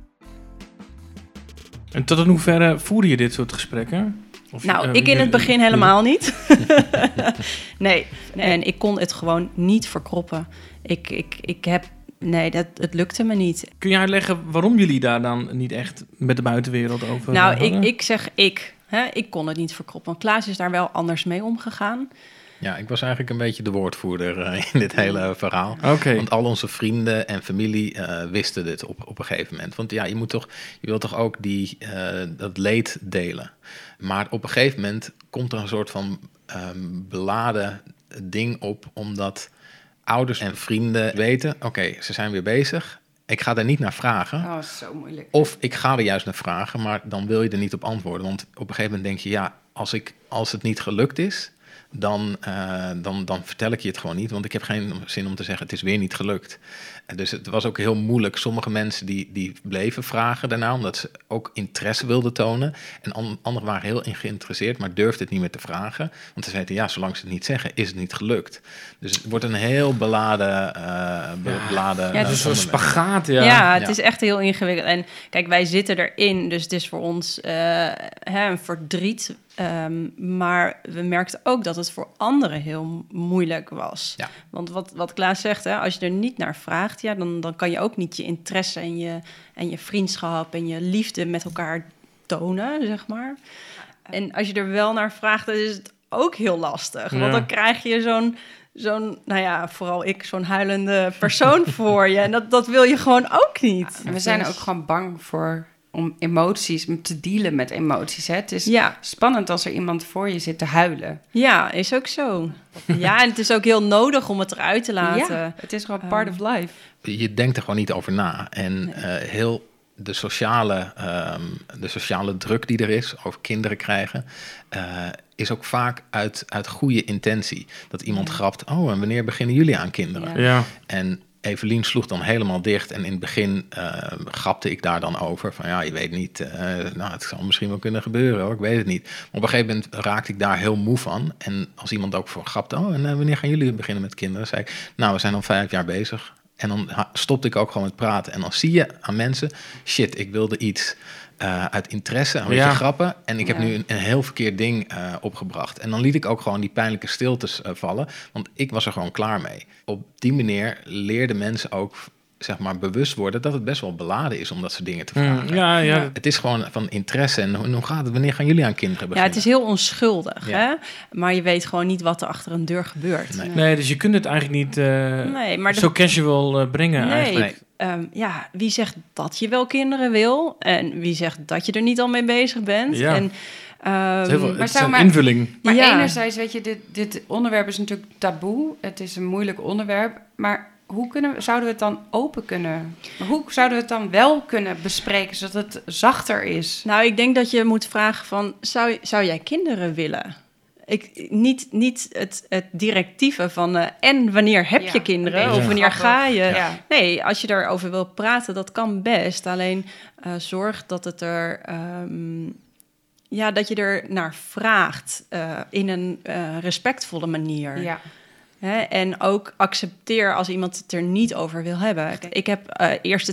En tot in hoeverre voer je dit soort gesprekken? Ik in het begin helemaal niet. Nee, en ik kon het gewoon niet verkroppen. Het lukte me niet. Kun je uitleggen waarom jullie daar dan niet echt met de buitenwereld over hadden? Ik kon het niet verkroppen. Want Klaas is daar wel anders mee omgegaan. Ja, ik was eigenlijk een beetje de woordvoerder in dit hele verhaal. Okay. Want al onze vrienden en familie wisten dit op een gegeven moment. Want je wilt toch ook dat leed delen. Maar op een gegeven moment komt er een soort van beladen ding op, omdat ouders en vrienden weten, oké, ze zijn weer bezig. Ik ga er niet naar vragen. Oh, zo moeilijk. Of ik ga er juist naar vragen, maar dan wil je er niet op antwoorden. Want op een gegeven moment denk je, als het niet gelukt is, dan vertel ik je het gewoon niet. Want ik heb geen zin om te zeggen, het is weer niet gelukt. Dus het was ook heel moeilijk. Sommige mensen die bleven vragen daarna, omdat ze ook interesse wilden tonen. En anderen waren heel geïnteresseerd, maar durfden het niet meer te vragen. Want ze zeiden, ja, zolang ze het niet zeggen, is het niet gelukt. Dus het wordt een heel beladen het is zo'n spagaat, het is echt heel ingewikkeld. En kijk, wij zitten erin, dus het is voor ons een verdriet. Maar we merkten ook dat het voor anderen heel moeilijk was. Ja. Want wat Klaas zegt, hè, als je er niet naar vraagt, dan kan je ook niet je interesse en je vriendschap en je liefde met elkaar tonen, zeg maar. En als je er wel naar vraagt, dan is het ook heel lastig. Want dan krijg je zo'n, vooral ik, zo'n huilende persoon voor je. En dat wil je gewoon ook niet. Ja, we zijn ook gewoon bang om emoties, te dealen met emoties. Hè? Het is spannend als er iemand voor je zit te huilen. Ja, is ook zo. Ja, en het is ook heel nodig om het eruit te laten. Ja, het is gewoon part of life. Je denkt er gewoon niet over na. En heel de sociale druk die er is over kinderen krijgen, is ook vaak uit goede intentie. Dat iemand grapt, en wanneer beginnen jullie aan kinderen? Ja. En Evelien sloeg dan helemaal dicht. En in het begin grapte ik daar dan over. Van je weet niet, het zal misschien wel kunnen gebeuren hoor, ik weet het niet. Maar op een gegeven moment raakte ik daar heel moe van. En als iemand ook voor grapte, en wanneer gaan jullie beginnen met kinderen? Zei ik, we zijn al 5 jaar bezig. En dan stopte ik ook gewoon met praten. En dan zie je aan mensen, shit, ik wilde iets uit interesse, een beetje grappen. En ik heb nu een heel verkeerd ding opgebracht. En dan liet ik ook gewoon die pijnlijke stiltes vallen. Want ik was er gewoon klaar mee. Op die manier leerden mensen ook, zeg maar, bewust worden dat het best wel beladen is om dat soort dingen te vragen. Het is gewoon van interesse. En hoe gaat het? Wanneer gaan jullie aan kinderen beginnen? Ja, het is heel onschuldig, hè? Maar je weet gewoon niet wat er achter een deur gebeurt. Nee, dus je kunt het eigenlijk niet zo casual brengen eigenlijk. Wie zegt dat je wel kinderen wil? En wie zegt dat je er niet al mee bezig bent? Ja. En, het is een invulling. Maar enerzijds, weet je, dit onderwerp is natuurlijk taboe. Het is een moeilijk onderwerp. Maar zouden we het dan open kunnen? Hoe zouden we het dan wel kunnen bespreken, zodat het zachter is? Nou, ik denk dat je moet vragen van, zou jij kinderen willen? Niet het directieve van en wanneer heb je kinderen of wanneer ga je. Ja. Nee, als je daarover wil praten, dat kan best. Alleen zorg dat het dat je er naar vraagt in een respectvolle manier. Ja. En ook accepteer als iemand het er niet over wil hebben. Okay. Ik heb eerste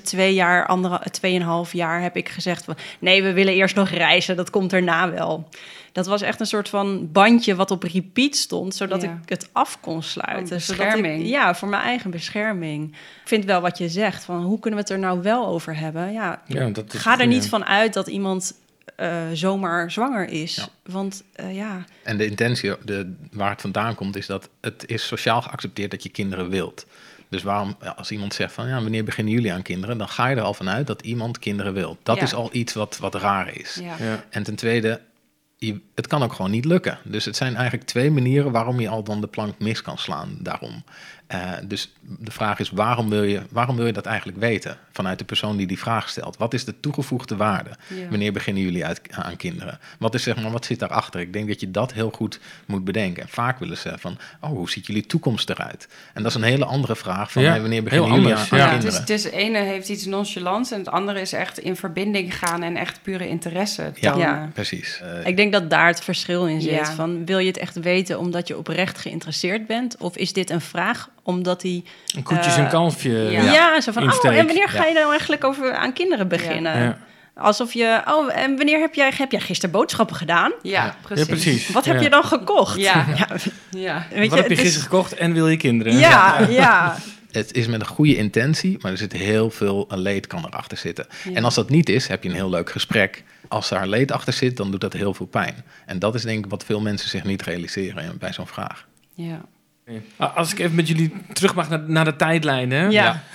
2,5 jaar heb ik gezegd van, nee, we willen eerst nog reizen, dat komt erna wel. Dat was echt een soort van bandje wat op repeat stond, zodat ik het af kon sluiten. Bescherming. Voor mijn eigen bescherming. Ik vind wel wat je zegt, van hoe kunnen we het er nou wel over hebben? Dat is ga er niet van uit dat iemand zomaar zwanger is. Ja. Want En de intentie, waar het vandaan komt, is dat het is sociaal geaccepteerd dat je kinderen wilt. Dus waarom, als iemand zegt van, wanneer beginnen jullie aan kinderen? Dan ga je er al vanuit dat iemand kinderen wil. Dat is al iets wat raar is. Ja. Ja. En ten tweede, het kan ook gewoon niet lukken. Dus het zijn eigenlijk 2 manieren waarom je al dan de plank mis kan slaan daarom. Dus de vraag is, waarom wil je dat eigenlijk weten? Vanuit de persoon die vraag stelt. Wat is de toegevoegde waarde? Ja. Wanneer beginnen jullie aan kinderen? Wat zit daarachter? Ik denk dat je dat heel goed moet bedenken. En vaak willen ze van, hoe ziet jullie toekomst eruit? En dat is een hele andere vraag van, wanneer beginnen jullie aan kinderen? Het is ene heeft iets nonchalants en het andere is echt in verbinding gaan en echt pure interesse tonen. Ja, precies. Ik denk dat daar het verschil in zit. Ja. Van, wil je het echt weten omdat je oprecht geïnteresseerd bent? Of is dit een vraag omdat hij... Een koetjes en kalfje. Zo van, en wanneer ga je nou eigenlijk aan kinderen beginnen? Ja. Alsof je... en wanneer heb jij gisteren boodschappen gedaan? Ja, precies. Ja, precies. Wat heb je dan gekocht? Ja. Weet wat heb je gisteren gekocht en wil je kinderen? Ja. Het is met een goede intentie, maar er zit heel veel leed kan erachter zitten. Ja. En als dat niet is, heb je een heel leuk gesprek. Als daar leed achter zit, dan doet dat heel veel pijn. En dat is denk ik wat veel mensen zich niet realiseren bij zo'n vraag. Ja. Als ik even met jullie terug mag naar de tijdlijn. Hè? Ja.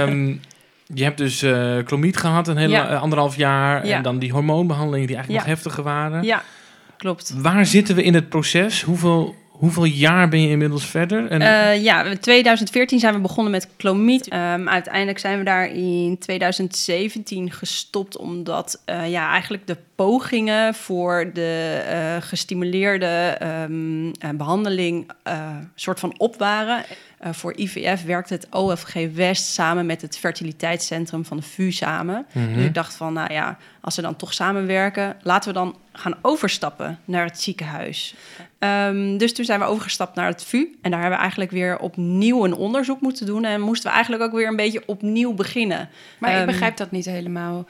Je hebt dus chlomiet gehad, een hele 1,5 jaar. Ja. En dan die hormoonbehandelingen die eigenlijk nog heftiger waren. Ja, klopt. Waar zitten we in het proces? Hoeveel jaar ben je inmiddels verder? In 2014 zijn we begonnen met chlomiet. Uiteindelijk zijn we daar in 2017 gestopt, omdat eigenlijk de pogingen voor de gestimuleerde behandeling soort van op waren. Voor IVF werkt het OFG West samen met het fertiliteitscentrum van de VU samen. Mhm. Dus ik dacht van, nou ja, als ze dan toch samenwerken, laten we dan gaan overstappen naar het ziekenhuis. Dus toen zijn we overgestapt naar het VU. En daar hebben we eigenlijk weer opnieuw een onderzoek moeten doen. En moesten we eigenlijk ook weer een beetje opnieuw beginnen. Maar ik begrijp dat niet helemaal.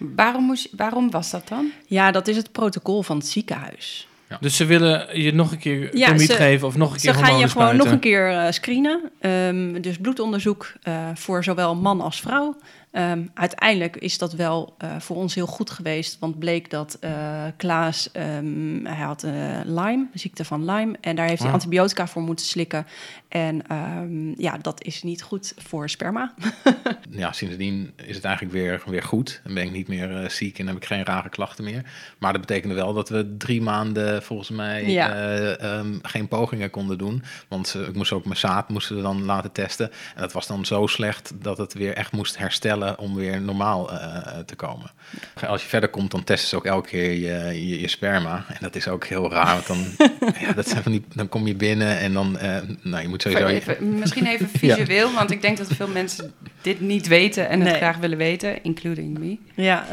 Waarom was dat dan? Ja, dat is het protocol van het ziekenhuis. Ja. Dus ze willen je nog een keer Ja, permiet ze- geven of nog een keer Ze gaan je gewoon spuiten. nog een keer screenen. Dus bloedonderzoek voor zowel man als vrouw. Uiteindelijk is dat wel voor ons heel goed geweest. Want bleek dat Klaas, hij had Lyme, de ziekte van Lyme. En daar heeft hij antibiotica voor moeten slikken. En dat is niet goed voor sperma. Ja, sindsdien is het eigenlijk weer goed. Dan ben ik niet meer ziek en heb ik geen rare klachten meer. Maar dat betekende wel dat we 3 maanden volgens mij geen pogingen konden doen. Want ik moest ook mijn zaad moesten we dan laten testen. En dat was dan zo slecht dat het weer echt moest herstellen om weer normaal te komen. Als je verder komt, dan testen ze ook elke keer je sperma. En dat is ook heel raar, want dan, dat zijn dan kom je binnen en dan, je moet sowieso... Misschien even visueel, want ik denk dat veel mensen dit niet weten en het graag willen weten, including me. Ja.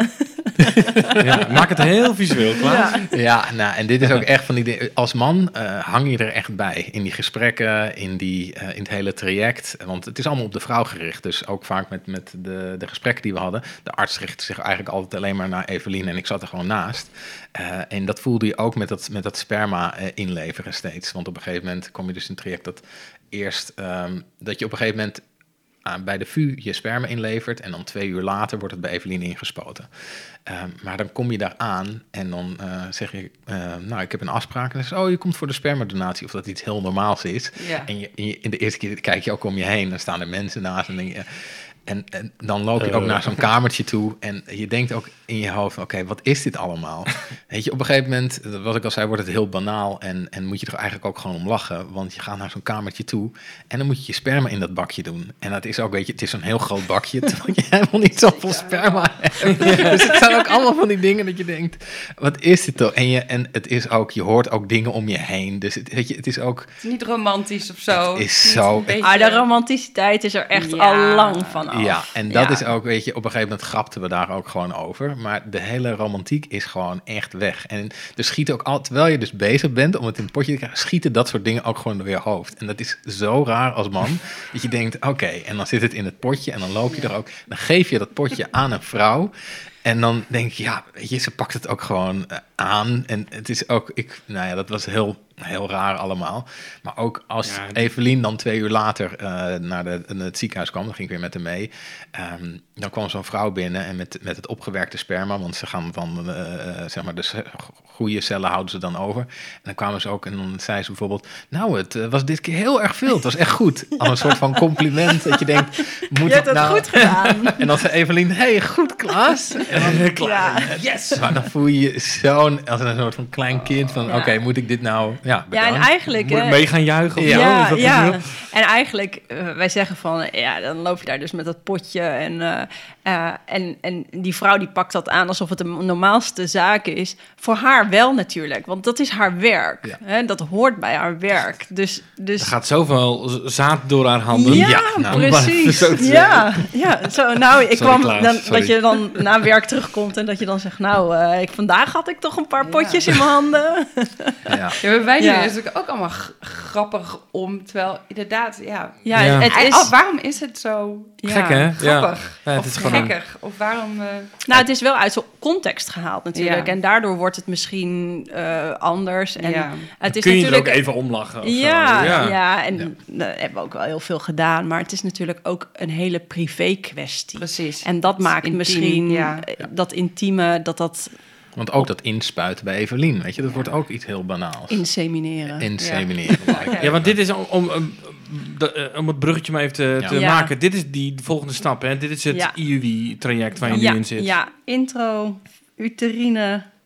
Ja, maak het heel visueel, Klaas. Ja, en dit is ook echt van die dingen. Als man hang je er echt bij. In die gesprekken, in het hele traject. Want het is allemaal op de vrouw gericht. Dus ook vaak met de gesprekken die we hadden. De arts richtte zich eigenlijk altijd alleen maar naar Evelien. En ik zat er gewoon naast. En dat voelde je ook met dat sperma inleveren steeds. Want op een gegeven moment kom je dus in het traject dat eerst... dat je op een gegeven moment... bij de VU je sperma inlevert en dan 2 uur later wordt het bij Evelien ingespoten. Maar dan kom je daar aan en dan zeg je, ik heb een afspraak. En dan zeg je, je komt voor de spermadonatie, of dat iets heel normaals is. Ja. En in de eerste keer kijk je ook om je heen, dan staan er mensen naast en denk je... En dan loop je ook naar zo'n kamertje toe en je denkt ook in je hoofd, oké, wat is dit allemaal? Weet je, op een gegeven moment, wat ik al zei, wordt het heel banaal en moet je er eigenlijk ook gewoon om lachen, want je gaat naar zo'n kamertje toe en dan moet je je sperma in dat bakje doen. En dat is ook, weet je, het is zo'n heel groot bakje, terwijl je helemaal niet zoveel sperma hebt. Dus het zijn ook allemaal van die dingen dat je denkt, wat is dit toch? En het is ook, je hoort ook dingen om je heen, dus het is ook... Het is niet romantisch of zo. Het is Niet zo... een beetje- De romanticiteit is er echt al lang van af. Ja, en dat is ook, weet je, op een gegeven moment grapten we daar ook gewoon over. Maar de hele romantiek is gewoon echt weg. En er schieten ook al, terwijl je dus bezig bent om het in het potje te krijgen, schieten dat soort dingen ook gewoon door je hoofd. En dat is zo raar als man, dat je denkt, oké, en dan zit het in het potje en dan loop je er ook, dan geef je dat potje aan een vrouw. En dan denk je, ja, weet je, ze pakt het ook gewoon aan. En het is ook, dat was heel raar allemaal. Maar ook als Evelien dan 2 uur later naar het ziekenhuis kwam, dan ging ik weer met haar mee. Dan kwam zo'n vrouw binnen en met het opgewerkte sperma, want ze gaan dan, de goede cellen houden ze dan over. En dan kwamen ze ook en dan zei ze bijvoorbeeld, het was dit keer heel erg veel. Het was echt goed. Als een soort van compliment dat je denkt, moet Je hebt het goed gedaan. En dan zei Evelien, hey, goed Klaas. En dan, Klaar. yes! Maar dan voel je je zo'n, als een soort van klein kind van, oké, moet ik dit nou, Ja, en eigenlijk... Moet ik mee gaan juichen? Of Ja, zo? Is dat ja. het nu? En eigenlijk, wij zeggen van, dan loop je daar dus met dat potje. En die vrouw die pakt dat aan alsof het de normaalste zaak is. Voor haar wel natuurlijk, want dat is haar werk. Ja. Hè? Dat hoort bij haar werk. Dus Er gaat zoveel zaad door haar handen. ja, nou, om maar even precies. zo te Ja, zo, nou, ik Sorry, kwam Klaas, dan, sorry. dat je dan na werk terugkomt en dat je dan zegt, vandaag had ik toch een paar potjes in mijn handen. Ja. Ja, wij doen Ja. het natuurlijk ook allemaal grappig om, terwijl inderdaad, Ja, Ja. het is... waarom is het zo Gek, hè? grappig? Ja, het Of is gewoon een- gekker? Of waarom... Nou, het is wel uit zo'n context gehaald natuurlijk. Ja. En daardoor wordt het misschien anders. En Ja. het is Kun je er natuurlijk... ook even om lachen? Of Ja, zo? ja, en dat hebben we ook wel heel veel gedaan. Maar het is natuurlijk ook een hele privé kwestie. Precies. En dat maakt Intiem, misschien ja. dat intieme, dat Want ook dat inspuiten bij Evelien, weet je, dat wordt ook iets heel banaals. insemineren. Insemineren. Ja, want dit is om het bruggetje maar even te Ja. maken. Dit is de volgende stap, hè? Dit is het Ja. IUI-traject waar je nu in zit. Ja, intro, uterine,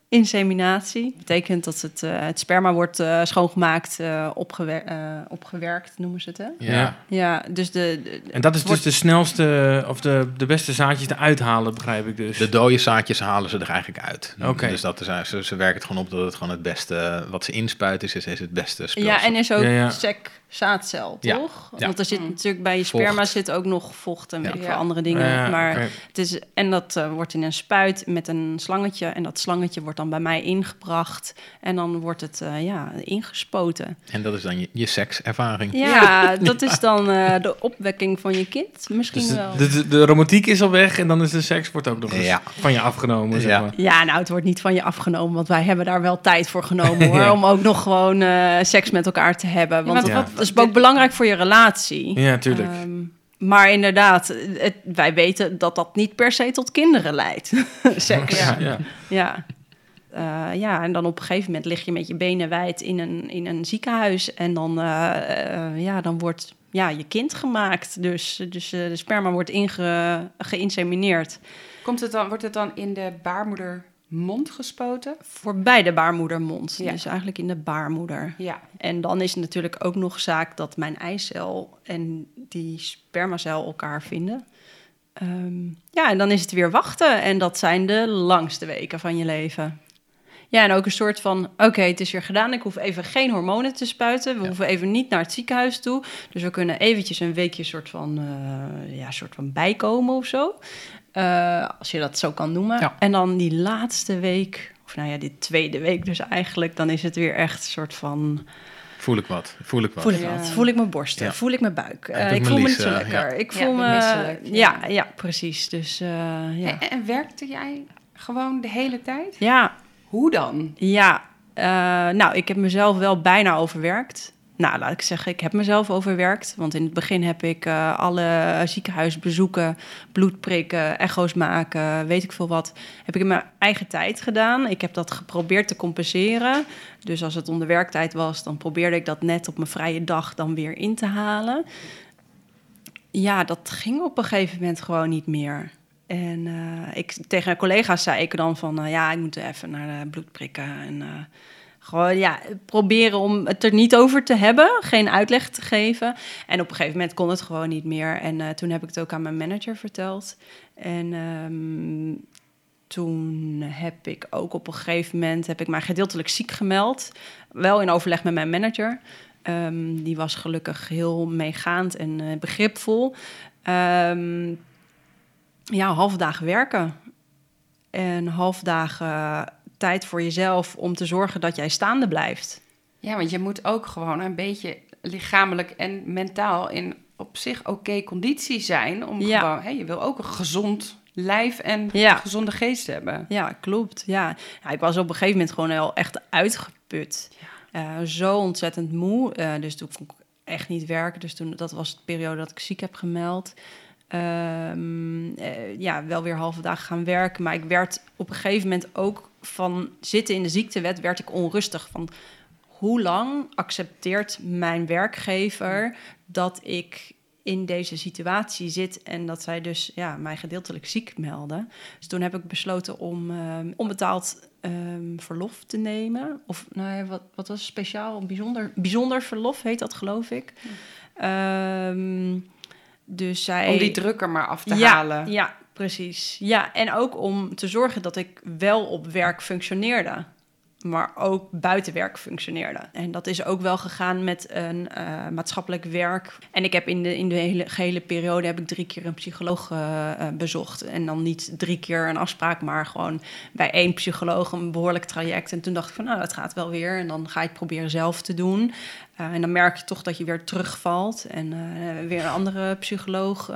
inseminatie. Dat betekent dat het sperma wordt schoongemaakt, opgewerkt, noemen ze het, hè? Ja, dus en dat is dus de snelste of de beste zaadjes eruit halen, begrijp ik dus. De dode zaadjes halen ze er eigenlijk uit. Oké. Dus ze werken het gewoon op dat het gewoon het beste... Wat ze inspuiten is het beste spul. Ja, en is ook zaadcel, Ja. toch? Ja. Want er zit natuurlijk bij je sperma Vocht. zit ook nog vocht en weet ik veel Ja. andere dingen. Maar oké. het is, en dat wordt in een spuit met een slangetje. En dat slangetje wordt dan bij mij ingebracht. En dan wordt het ingespoten. En dat is dan je sekservaring. Ja, dat is dan de opwekking van je kind. Misschien Dus wel. de romantiek is al weg en dan is de seks wordt ook nog eens van je afgenomen, zeg Ja. maar. Ja, nou, het wordt niet van je afgenomen. Want wij hebben daar wel tijd voor genomen, hoor. Ja. Om ook nog gewoon seks met elkaar te hebben. Want Ja. dat is ook belangrijk voor je relatie. Ja, tuurlijk. Maar inderdaad, wij weten dat dat niet per se tot kinderen leidt. Seks. Ja. Ja, en dan op een gegeven moment lig je met je benen wijd in een ziekenhuis. En dan, dan wordt je kind gemaakt. Dus de sperma wordt geïnsemineerd. Wordt het dan in de baarmoedermond gespoten? Voorbij de baarmoedermond. Ja. Dus eigenlijk in de baarmoeder. Ja. En dan is het natuurlijk ook nog zaak dat mijn eicel en die spermacel elkaar vinden. En dan is het weer wachten. En dat zijn de langste weken van je leven. Ja, en ook een soort van, oké, het is weer gedaan. Ik hoef even geen hormonen te spuiten. We hoeven even niet naar het ziekenhuis toe. Dus we kunnen eventjes een weekje soort van bijkomen of zo. Als je dat zo kan noemen. Ja. En dan die laatste week, of die tweede week dus eigenlijk, dan is het weer echt een soort van... Voel ik wat. Voel ik Ja. wat? Voel ik mijn borsten? Ja. Voel ik mijn buik? Ja, doe ik me voel me lies, niet zo lekker. ja. Ik voel me... misselijk, Ja, precies. Dus En werkte jij gewoon de hele tijd? ja, Hoe dan? ja. Ik heb mezelf wel bijna overwerkt. Nou, laat ik zeggen, ik heb mezelf overwerkt. Want in het begin heb ik alle ziekenhuisbezoeken, bloedprikken, echo's maken, weet ik veel wat, heb ik in mijn eigen tijd gedaan. Ik heb dat geprobeerd te compenseren. Dus als het onder werktijd was, dan probeerde ik dat net op mijn vrije dag dan weer in te halen. Ja, dat ging op een gegeven moment gewoon niet meer. En tegen collega's zei ik dan van, ik moet even naar de bloedprikken en... Gewoon proberen om het er niet over te hebben, geen uitleg te geven. En op een gegeven moment kon het gewoon niet meer. En toen heb ik het ook aan mijn manager verteld. En toen heb ik ook op een gegeven moment mij gedeeltelijk ziek gemeld. Wel in overleg met mijn manager. Die was gelukkig heel meegaand en begripvol. Halfdagen werken. En halfdagen... tijd voor jezelf om te zorgen dat jij staande blijft. Ja, want je moet ook gewoon een beetje lichamelijk en mentaal in op zich oké conditie zijn. Om gewoon, je wil ook een gezond lijf en gezonde geest hebben. Ja, klopt. Ja, ik was op een gegeven moment gewoon heel echt uitgeput. Zo ontzettend moe. Dus toen kon ik echt niet werken. Dus dat was de periode dat ik ziek heb gemeld. Wel weer halve dagen gaan werken. Maar ik werd op een gegeven moment ook van zitten in de ziektewet, werd ik onrustig van hoe lang accepteert mijn werkgever dat ik in deze situatie zit en dat zij dus mij gedeeltelijk ziek melden. Dus toen heb ik besloten om onbetaald verlof te nemen. Of wat was speciaal? Bijzonder verlof heet dat, geloof ik. Dus om die druk er maar af te halen. Ja, precies. Ja, en ook om te zorgen dat ik wel op werk functioneerde, maar ook buiten werk functioneerde. En dat is ook wel gegaan met een maatschappelijk werk. En ik heb in de gehele periode heb ik 3 keer een psycholoog bezocht. En dan niet 3 keer een afspraak, maar gewoon bij 1 psycholoog een behoorlijk traject. En toen dacht ik van, dat gaat wel weer. En dan ga je het proberen zelf te doen. En dan merk je toch dat je weer terugvalt. En weer een andere psycholoog...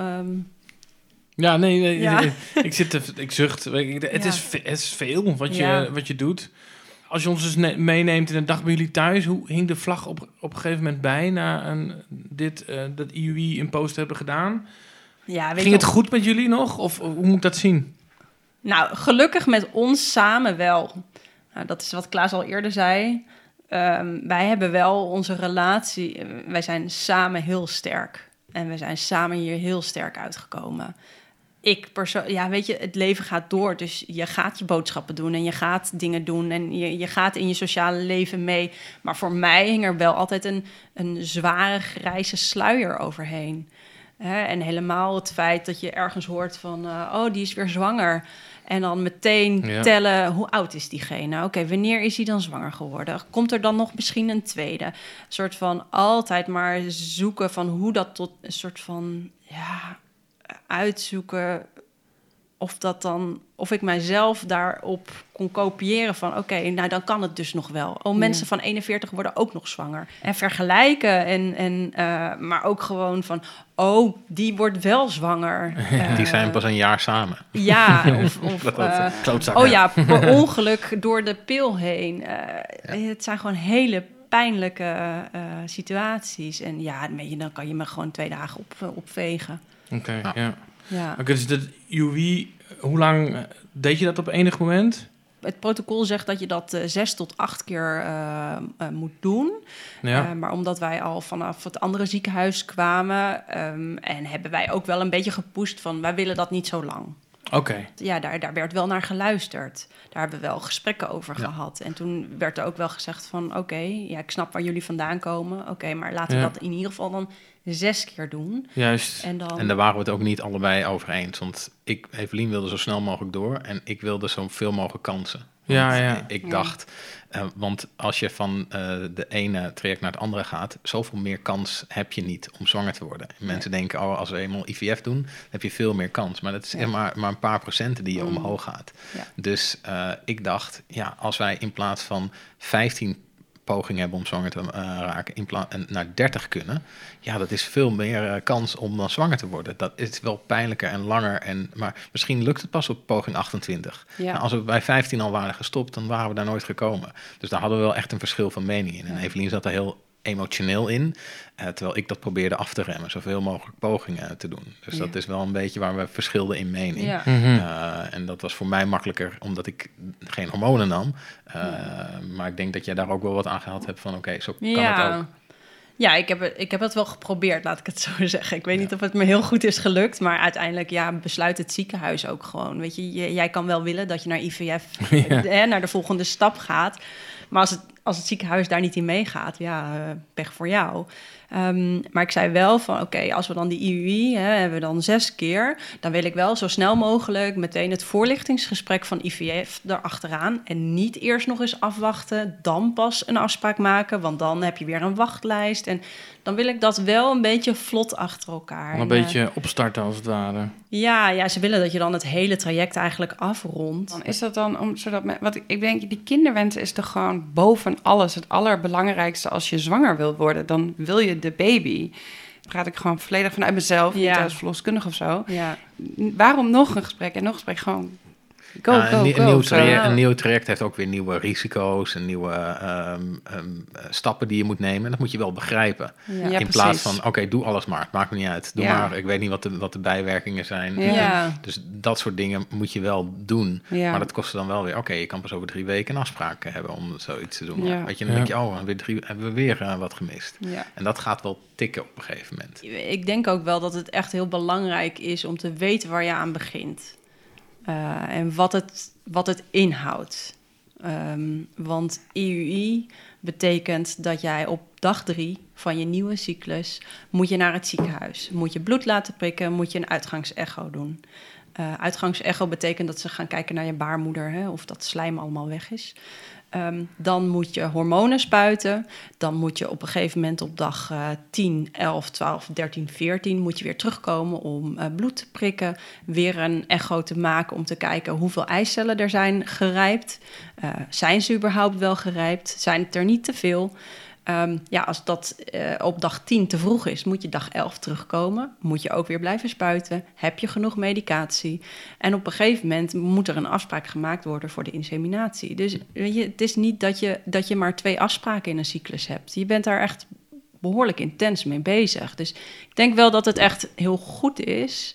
Ik zucht. Het is veel wat je doet. Als je ons dus meeneemt in een dag bij jullie thuis, hoe hing de vlag op een gegeven moment bij na dat IUI in post hebben gedaan? Ja, ging het goed met jullie nog? Of hoe moet ik dat zien? Nou, gelukkig met ons samen wel. Nou, dat is wat Klaas al eerder zei. Wij hebben wel onze relatie. Wij zijn samen heel sterk. En we zijn samen hier heel sterk uitgekomen. weet je, het leven gaat door. Dus je gaat je boodschappen doen en je gaat dingen doen en je gaat in je sociale leven mee. Maar voor mij hing er wel altijd een zware grijze sluier overheen. En helemaal het feit dat je ergens hoort van, die is weer zwanger. En dan meteen tellen, hoe oud is diegene? Oké, wanneer is hij dan zwanger geworden? Komt er dan nog misschien een tweede? Een soort van altijd maar zoeken van hoe dat tot een soort van, uitzoeken of ik mijzelf daarop kon kopiëren van oké, nou dan kan het dus nog wel. Mensen van 41 worden ook nog zwanger. En vergelijken maar ook gewoon van die wordt wel zwanger. Die zijn pas een jaar samen. Ja, klootzakken. Per ongeluk door de pil heen. Het zijn gewoon hele pijnlijke situaties. En dan kan je me gewoon 2 dagen opvegen. Oké. Ja. Oké, dus dat UV, hoe lang deed je dat op enig moment? Het protocol zegt dat je dat 6 tot 8 keer moet doen. Ja. Maar omdat wij al vanaf het andere ziekenhuis kwamen... en hebben wij ook wel een beetje gepusht van... wij willen dat niet zo lang. Oké. Ja, daar werd wel naar geluisterd. Daar hebben we wel gesprekken over gehad. En toen werd er ook wel gezegd van... oké, ik snap waar jullie vandaan komen. Oké, maar laten we dat in ieder geval dan 6 keer doen. Juist. En daar waren we het ook niet allebei over eens. Want Evelien wilde zo snel mogelijk door... en ik wilde zoveel mogelijk kansen. Ik dacht... want als je van de ene traject naar het andere gaat... zoveel meer kans heb je niet om zwanger te worden. En mensen denken, als we eenmaal IVF doen... heb je veel meer kans. Maar dat is maar een paar procenten die je omhoog gaat. Ja. Dus ik dacht, als wij in plaats van 15 pogingen hebben om zwanger te raken... en naar 30 kunnen... dat is veel meer kans om dan zwanger te worden. Dat is wel pijnlijker en langer. Maar misschien lukt het pas op poging 28. Ja. Als we bij 15 al waren gestopt... dan waren we daar nooit gekomen. Dus daar hadden we wel echt een verschil van mening in. En Evelien zat er heel emotioneel in... terwijl ik dat probeerde af te remmen. Zoveel mogelijk pogingen te doen. Dus dat is wel een beetje waar we verschilden in mening. Ja. En dat was voor mij makkelijker... omdat ik geen hormonen nam. Maar ik denk dat jij daar ook wel wat aan gehad hebt van... oké, zo kan het ook. Ja, ik heb het wel geprobeerd, laat ik het zo zeggen. Ik weet niet of het me heel goed is gelukt... maar uiteindelijk besluit het ziekenhuis ook gewoon. Weet je, jij kan wel willen dat je naar IVF... naar de volgende stap gaat... maar als het ziekenhuis daar niet in meegaat... pech voor jou... maar ik zei wel van, oké, als we dan die IUI hebben we dan 6 keer... dan wil ik wel zo snel mogelijk meteen het voorlichtingsgesprek van IVF erachteraan... en niet eerst nog eens afwachten, dan pas een afspraak maken... want dan heb je weer een wachtlijst. En dan wil ik dat wel een beetje vlot achter elkaar. Een beetje opstarten als het ware. Ja, ze willen dat je dan het hele traject eigenlijk afrondt. Dan is dat dan wat ik denk, die kinderwens is toch gewoon boven alles het allerbelangrijkste als je zwanger wilt worden. Dan wil je de baby. Dan praat ik gewoon volledig vanuit mezelf, niet als verloskundige of zo. Ja. Waarom nog een gesprek en nog een gesprek? Gewoon Een nieuw traject heeft ook weer nieuwe risico's en nieuwe stappen die je moet nemen. En dat moet je wel begrijpen. Ja, in plaats van, oké, doe alles maar. Het maakt me niet uit. Doe maar. Ik weet niet wat de bijwerkingen zijn. Ja. Dus dat soort dingen moet je wel doen. Ja. Maar dat kost dan wel weer, oké, je kan pas over 3 weken een afspraak hebben om zoiets te doen. Ja. Weet je, dan denk je, hebben we weer wat gemist. Ja. En dat gaat wel tikken op een gegeven moment. Ik denk ook wel dat het echt heel belangrijk is om te weten waar je aan begint. En wat het inhoudt. Want IUI betekent dat jij op dag 3 van je nieuwe cyclus... moet je naar het ziekenhuis. Moet je bloed laten prikken, moet je een uitgangsecho doen. Uitgangsecho betekent dat ze gaan kijken naar je baarmoeder... of dat slijm allemaal weg is. Dan moet je hormonen spuiten. Dan moet je op een gegeven moment op dag 10, 11, 12, 13, 14... moet je weer terugkomen om bloed te prikken. Weer een echo te maken om te kijken hoeveel eicellen er zijn gerijpt. Zijn ze überhaupt wel gerijpt? Zijn het er niet te veel? Als dat op dag 10 te vroeg is, moet je dag 11 terugkomen. Moet je ook weer blijven spuiten. Heb je genoeg medicatie? En op een gegeven moment moet er een afspraak gemaakt worden voor de inseminatie. Dus weet je, het is niet dat je maar 2 afspraken in een cyclus hebt. Je bent daar echt behoorlijk intens mee bezig. Dus ik denk wel dat het echt heel goed is...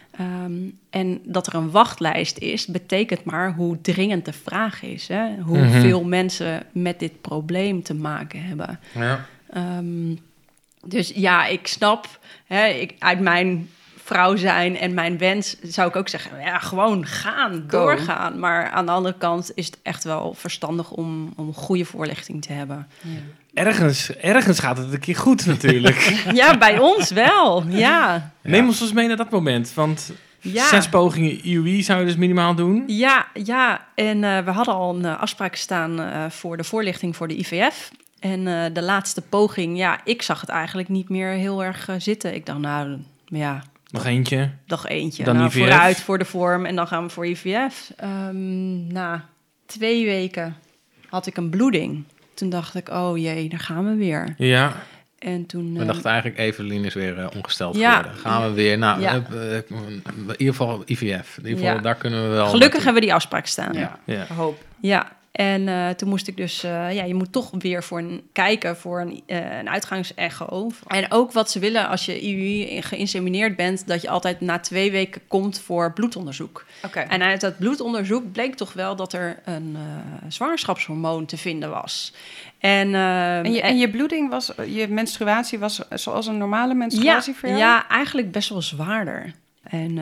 en dat er een wachtlijst is, betekent maar hoe dringend de vraag is. Hè? Hoeveel mensen met dit probleem te maken hebben. Ja. Dus ik snap uit mijn vrouw zijn en mijn wens zou ik ook zeggen, ja, gewoon gaan, doorgaan. Maar aan de andere kant is het echt wel verstandig om goede voorlichting te hebben. Ja. Ergens gaat het een keer goed natuurlijk. Ja, bij ons wel, ja. Neem ons eens mee naar dat moment, want 6 pogingen IUI zou je dus minimaal doen. Ja. En we hadden al een afspraak staan voor de voorlichting voor de IVF. En de laatste poging, ik zag het eigenlijk niet meer heel erg zitten. Ik dacht, Nog eentje. Nog eentje. Dan IVF. Vooruit voor de vorm en dan gaan we voor IVF. Na 2 weken had ik een bloeding. Toen dacht ik, oh jee, daar gaan we weer. Ja. En toen... We dachten eigenlijk, Evelien is weer ongesteld geworden. Gaan we weer, in ieder geval IVF. In ieder geval, daar kunnen we wel... Gelukkig hebben we die afspraak staan. Ja. Hoop. Ja. En toen moest ik dus... je moet toch weer kijken voor een uitgangsecho. En ook wat ze willen als je IUI geïnsemineerd bent... dat je altijd na 2 weken komt voor bloedonderzoek. Okay. En uit dat bloedonderzoek bleek toch wel dat er een zwangerschapshormoon te vinden was. En je bloeding was... Je menstruatie was zoals een normale menstruatie voor jou? Ja, eigenlijk best wel zwaarder. En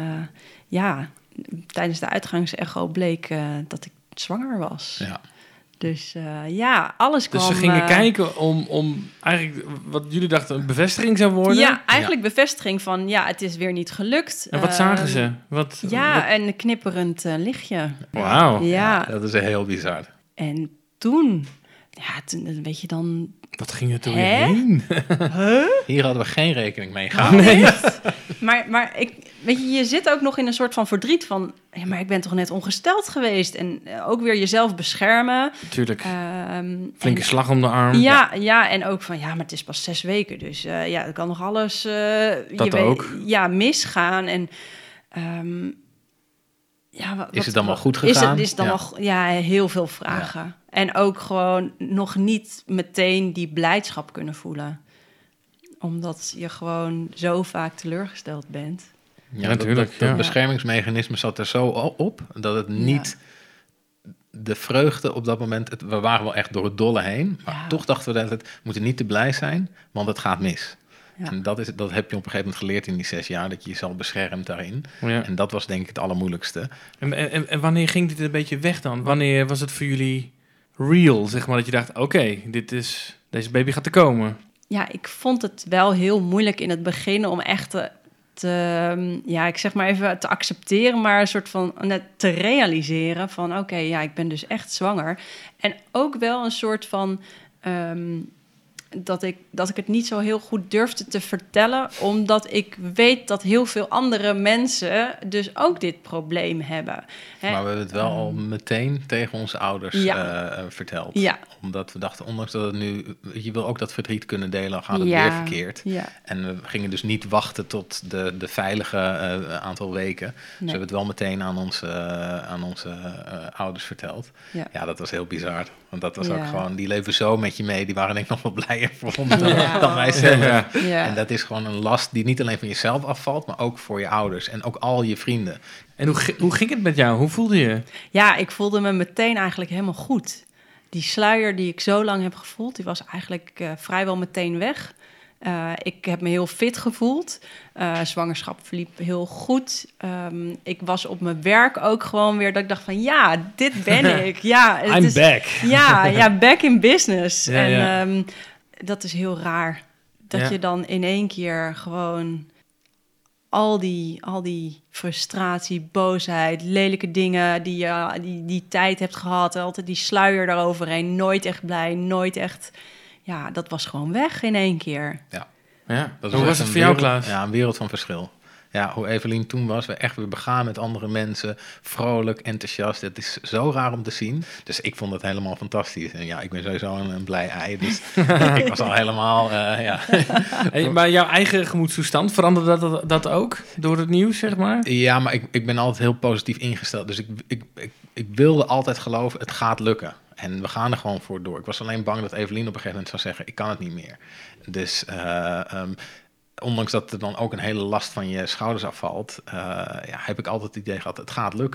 tijdens de uitgangsecho bleek dat ik zwanger was. Ja. Dus alles kwam... Dus ze gingen kijken om eigenlijk wat jullie dachten een bevestiging zou worden? Ja, eigenlijk bevestiging van het is weer niet gelukt. En wat zagen ze? Een knipperend lichtje. Wauw. Ja. Dat is heel bizar. En toen weet je dan... Wat ging er toen heen? Hier hadden we geen rekening mee gehouden. Nee. maar je zit ook nog in een soort van verdriet van... maar ik ben toch net ongesteld geweest. En ook weer jezelf beschermen. Tuurlijk. Flinke slag om de arm. Ja, en ook van... maar het is pas 6 weken. Dus er kan nog alles... misgaan. En... is het dan wel goed gegaan? Is het dan wel... heel veel vragen. Ja. En ook gewoon nog niet meteen die blijdschap kunnen voelen. Omdat je gewoon zo vaak teleurgesteld bent. Ja, natuurlijk. Dat beschermingsmechanisme zat er zo op... dat het niet... De vreugde op dat moment... we waren wel echt door het dolle heen... maar toch dachten we dat we moeten niet te blij zijn... want het gaat mis. Ja. En dat heb je op een gegeven moment geleerd in die 6 jaar... dat je jezelf beschermt daarin. Ja. En dat was denk ik het allermoeilijkste. En wanneer ging dit een beetje weg dan? Wanneer was het voor jullie real, zeg maar? Dat je dacht, oké, deze baby gaat er komen. Ja, ik vond het wel heel moeilijk in het begin... om echt ik zeg maar even te accepteren... maar een soort van net te realiseren van... oké, ik ben dus echt zwanger. En ook wel een soort van... dat ik het niet zo heel goed durfde te vertellen... omdat ik weet dat heel veel andere mensen dus ook dit probleem hebben. Hè? Maar we hebben het wel al meteen tegen onze ouders verteld. Ja. Omdat we dachten, ondanks dat het nu... Je wil ook dat verdriet kunnen delen, gaat het weer verkeerd. Ja. En we gingen dus niet wachten tot de veilige aantal weken. Nee. Dus we hebben het wel meteen aan onze ouders verteld. Ja, dat was heel bizar. Want dat was ook gewoon... Die leven zo met je mee. Die waren denk ik nog wel blijer dan wij zelf. Ja. En dat is gewoon een last die niet alleen van jezelf afvalt... maar ook voor je ouders en ook al je vrienden. En hoe ging het met jou? Hoe voelde je? Ja, ik voelde me meteen eigenlijk helemaal goed. Die sluier die ik zo lang heb gevoeld... die was eigenlijk vrijwel meteen weg... ik heb me heel fit gevoeld. Zwangerschap verliep heel goed. Ik was op mijn werk ook gewoon weer... dat ik dacht van dit ben ik. I'm back. Ja, back in business. Dat is heel raar. Dat je dan in één keer gewoon... Al die frustratie, boosheid, lelijke dingen... die tijd hebt gehad. Altijd die sluier daaroverheen. Nooit echt blij, nooit echt... Ja, dat was gewoon weg in één keer. Ja. Hoe was het voor jou, Klaas? Ja, een wereld van verschil. Ja, hoe Evelien toen was, we echt weer begaan met andere mensen. Vrolijk, enthousiast. Het is zo raar om te zien. Dus ik vond het helemaal fantastisch. En ik ben sowieso een blij ei. Dus ik was al helemaal, Hey, maar jouw eigen gemoedstoestand, veranderde dat ook door het nieuws, zeg maar? Ja, maar ik ben altijd heel positief ingesteld. Dus ik wilde altijd geloven, het gaat lukken. En we gaan er gewoon voor door. Ik was alleen bang dat Evelien op een gegeven moment zou zeggen... ik kan het niet meer. Dus ondanks dat er dan ook een hele last van je schouders afvalt... heb ik altijd het idee gehad, het gaat lukken.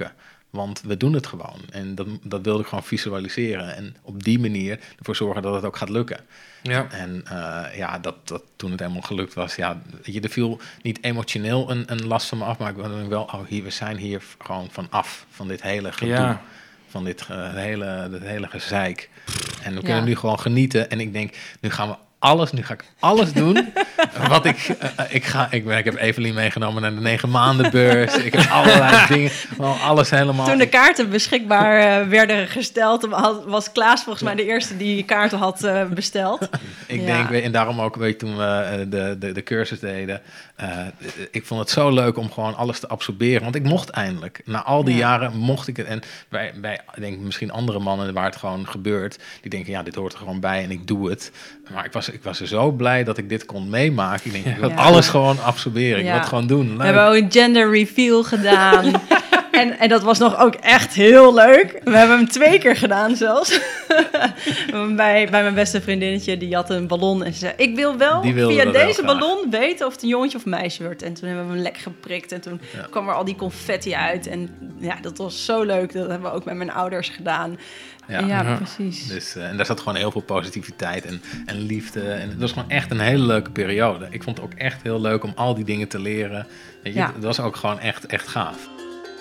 Want we doen het gewoon. En dat wilde ik gewoon visualiseren. En op die manier ervoor zorgen dat het ook gaat lukken. Ja. En dat toen het helemaal gelukt was, weet je, er viel niet emotioneel een last van me af, maar ik denk wel, we zijn hier gewoon vanaf, van dit hele gedoe, van dit hele gezeik. En we kunnen nu gewoon genieten. En ik denk, nu ga ik alles doen. Wat ik heb Evelien meegenomen naar de 9 maandenbeurs. Ik heb allerlei dingen, alles helemaal. Toen de kaarten beschikbaar werden gesteld, was Klaas volgens mij de eerste die kaarten had besteld. Ik denk, en daarom ook, weet je, toen we de cursus deden, ik vond het zo leuk om gewoon alles te absorberen. Want ik mocht eindelijk. Na al die jaren mocht ik het. En bij ik denk misschien andere mannen waar het gewoon gebeurt, die denken, dit hoort er gewoon bij en ik doe het. Maar ik was er zo blij dat ik dit kon meemaken. Ik denk, ik wil alles gewoon absorberen. Ik wil het gewoon doen. Leuk. We hebben ook een gender reveal gedaan. En dat was nog ook echt heel leuk. We hebben hem 2 keer gedaan zelfs. bij mijn beste vriendinnetje, die had een ballon. En ze zei, ik wil wel via deze ballon weten of het een jongetje of een meisje wordt. En toen hebben we hem lek geprikt. En toen kwam er al die confetti uit. En dat was zo leuk. Dat hebben we ook met mijn ouders gedaan. Ja, precies. Dus, en daar zat gewoon heel veel positiviteit en liefde. En het was gewoon echt een hele leuke periode. Ik vond het ook echt heel leuk om al die dingen te leren. Weet je, het was ook gewoon echt gaaf.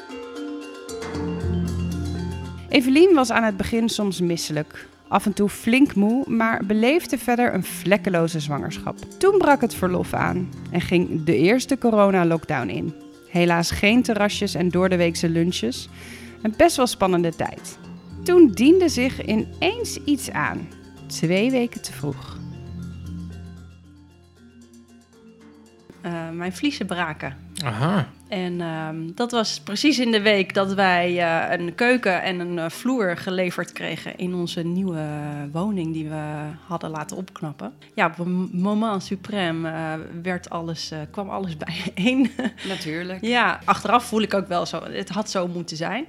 Evelien was aan het begin soms misselijk. Af en toe flink moe, maar beleefde verder een vlekkeloze zwangerschap. Toen brak het verlof aan en ging de eerste corona-lockdown in. Helaas geen terrasjes en doordeweekse lunches. Een best wel spannende tijd. Toen diende zich ineens iets aan. 2 weken te vroeg. Mijn vliezen braken. Aha. En dat was precies in de week dat wij een keuken en een vloer geleverd kregen in onze nieuwe woning die we hadden laten opknappen. Ja, op een moment suprême kwam alles bijeen. Natuurlijk. Ja, achteraf voel ik ook wel zo, het had zo moeten zijn.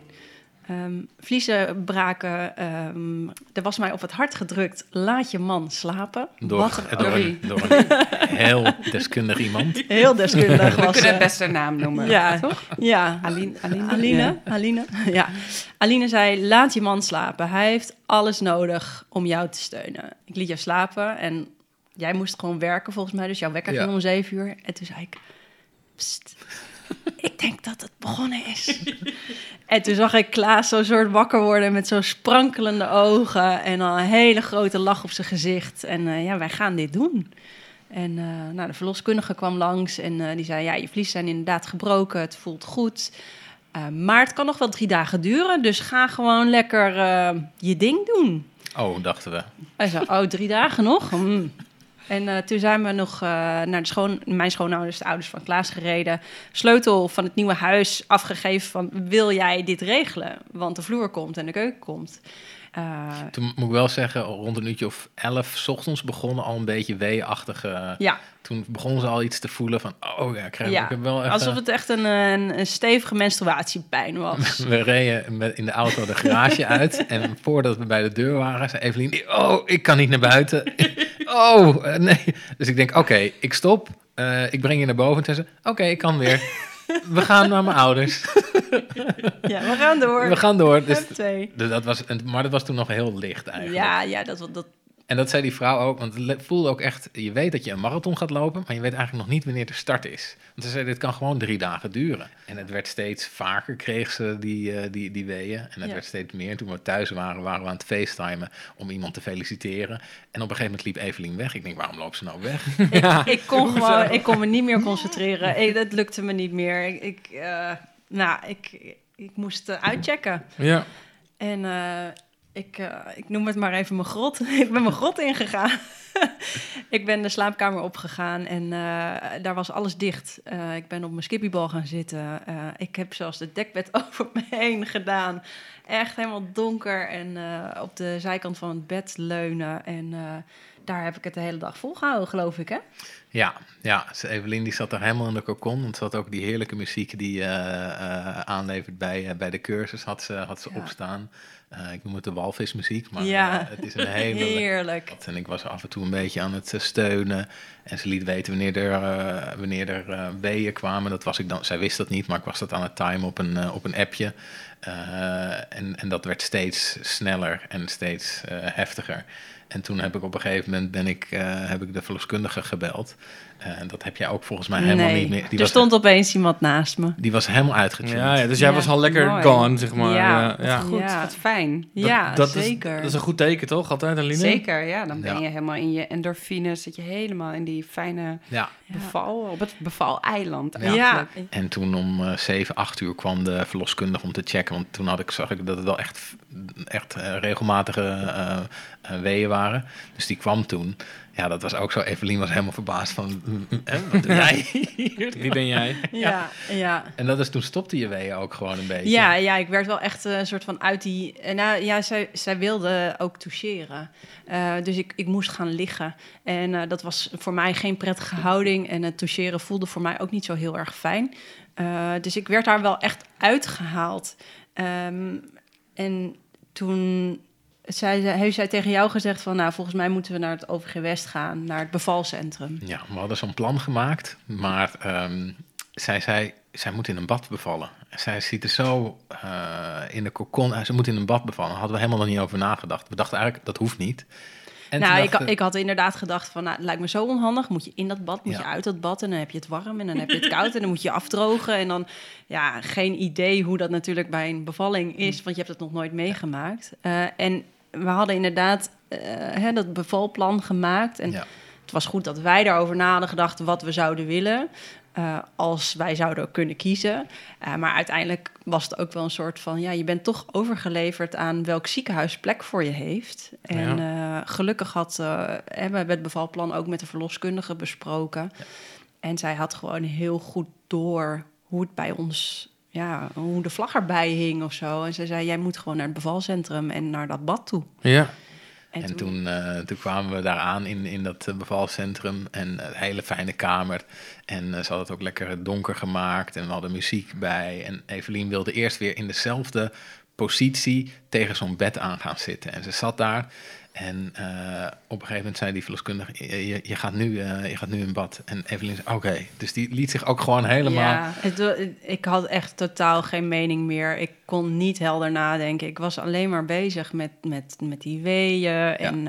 Vliezen braken, er was mij op het hart gedrukt, laat je man slapen. Door een heel deskundig iemand. Heel deskundig was. We kunnen het best haar naam noemen, toch? Ja. Aline. Ja. Aline zei, laat je man slapen. Hij heeft alles nodig om jou te steunen. Ik liet jou slapen en jij moest gewoon werken volgens mij. Dus jouw wekker ging om 7 uur. En toen zei ik, pst, ik denk dat het begonnen is. En toen zag ik Klaas zo'n soort wakker worden met zo'n sprankelende ogen en al een hele grote lach op zijn gezicht. En wij gaan dit doen. En de verloskundige kwam langs en die zei, je vliezen zijn inderdaad gebroken, het voelt goed. Maar het kan nog wel 3 dagen duren, dus ga gewoon lekker je ding doen. Oh, dachten we. Hij zei, 3 dagen nog? En toen zijn we nog naar mijn schoonouders, de ouders van Klaas, gereden. Sleutel van het nieuwe huis afgegeven van, wil jij dit regelen? Want de vloer komt en de keuken komt. Toen moet ik wel zeggen, rond een uurtje of 11 's ochtends begonnen al een beetje weeachtige. Toen begonnen ze al iets te voelen van, ik heb wel echt, alsof het echt een stevige menstruatiepijn was. We reden in de auto de garage uit en voordat we bij de deur waren, zei Evelien, ik kan niet naar buiten. Nee. Dus ik denk, oké, ik stop, ik breng je naar boven. En toen zei ze, oké, ik kan weer. We gaan naar mijn ouders. Ja, we gaan door. We gaan door. Dus maar dat was toen nog heel licht eigenlijk. Ja, dat. En dat zei die vrouw ook, want het voelde ook echt, je weet dat je een marathon gaat lopen, maar je weet eigenlijk nog niet wanneer de start is. Want ze zei, dit kan gewoon 3 dagen duren. En het werd steeds vaker, kreeg ze die weeën. En het werd steeds meer. En toen we thuis waren we aan het facetimen om iemand te feliciteren. En op een gegeven moment liep Evelien weg. Ik denk, waarom loopt ze nou weg? Ik kon me niet meer concentreren. Dat lukte me niet meer. Ik moest uitchecken. Ja. En ik noem het maar even mijn grot. Ik ben mijn grot ingegaan. Ik ben de slaapkamer opgegaan en daar was alles dicht. Ik ben op mijn skippiebal gaan zitten. Ik heb zelfs het dekbed over me heen gedaan. Echt helemaal donker en op de zijkant van het bed leunen. En daar heb ik het de hele dag volgehouden, geloof ik, hè? Ja, Evelien die zat daar helemaal in de cocon. Want ze had ook die heerlijke muziek die aanlevert bij de cursus, had ze opstaan. Ik noem het de walvismuziek, maar het is een hele... Heerlijk. En ik was af en toe een beetje aan het steunen. En ze liet weten wanneer er weeën kwamen. Dat was ik dan, zij wist dat niet, maar ik was dat aan het timen op een appje. En dat werd steeds sneller en steeds heftiger. En toen heb ik op een gegeven moment heb ik de verloskundige gebeld. Dat heb jij ook volgens mij helemaal niet meer. Stond opeens iemand naast me. Die was helemaal uitgetuned. Ja, dus jij was al lekker gone, zeg maar. Ja, goed, wat fijn. Dat zeker. Dat is een goed teken, toch? Altijd, Aline? Zeker, ja. Dan ben je helemaal in je endorfines. Zit je helemaal in die fijne op het bevaleiland eigenlijk. Ja. En toen om 7, 8 uur kwam de verloskundige om te checken. Want toen zag ik dat het wel echt regelmatige weeën waren. Dus die kwam toen. Ja, dat was ook zo. Evelien was helemaal verbaasd van... Wat doe jij hier? Wie ben jij? Ja. En toen stopte je weeën ook gewoon een beetje. Ja, ik werd wel echt een soort van uit die... zij wilde ook toucheren. Dus ik moest gaan liggen. En dat was voor mij geen prettige houding. En het toucheren voelde voor mij ook niet zo heel erg fijn. Dus ik werd daar wel echt uitgehaald. En toen... heeft zij tegen jou gezegd van... nou, volgens mij moeten we naar het OVG West gaan... naar het bevalcentrum. Ja, we hadden zo'n plan gemaakt. Maar zij zei, zij moet in een bad bevallen. Zij ziet er zo in de cocon... ze moet in een bad bevallen. Daar hadden we helemaal nog niet over nagedacht. We dachten eigenlijk, dat hoeft niet. En ik had inderdaad gedacht van... nou, het lijkt me zo onhandig. Moet je in dat bad, moet je uit dat bad... en dan heb je het warm en dan heb je het koud... en dan moet je afdrogen. En dan, geen idee hoe dat natuurlijk bij een bevalling is... want je hebt het nog nooit meegemaakt. En we hadden inderdaad dat bevalplan gemaakt. En het was goed dat wij daarover na hadden gedacht... wat we zouden willen... als wij zouden kunnen kiezen. Maar uiteindelijk was het ook wel een soort van... je bent toch overgeleverd aan welk ziekenhuis plek voor je heeft. En gelukkig hebben we het bevalplan ook met de verloskundige besproken. Ja. En zij had gewoon heel goed door hoe het bij ons... hoe de vlag erbij hing of zo. En ze zei, jij moet gewoon naar het bevalcentrum en naar dat bad toe. Ja. En toen kwamen we daar aan in dat bevalcentrum en een hele fijne kamer. En ze hadden het ook lekker donker gemaakt en we hadden muziek bij. En Evelien wilde eerst weer in dezelfde positie tegen zo'n bed aan gaan zitten. En ze zat daar en op een gegeven moment zei die verloskundige... Je gaat nu in bad. En Evelien zei, oké. Dus die liet zich ook gewoon helemaal... Ja, ik had echt totaal geen mening meer. Ik kon niet helder nadenken. Ik was alleen maar bezig met die weeën. En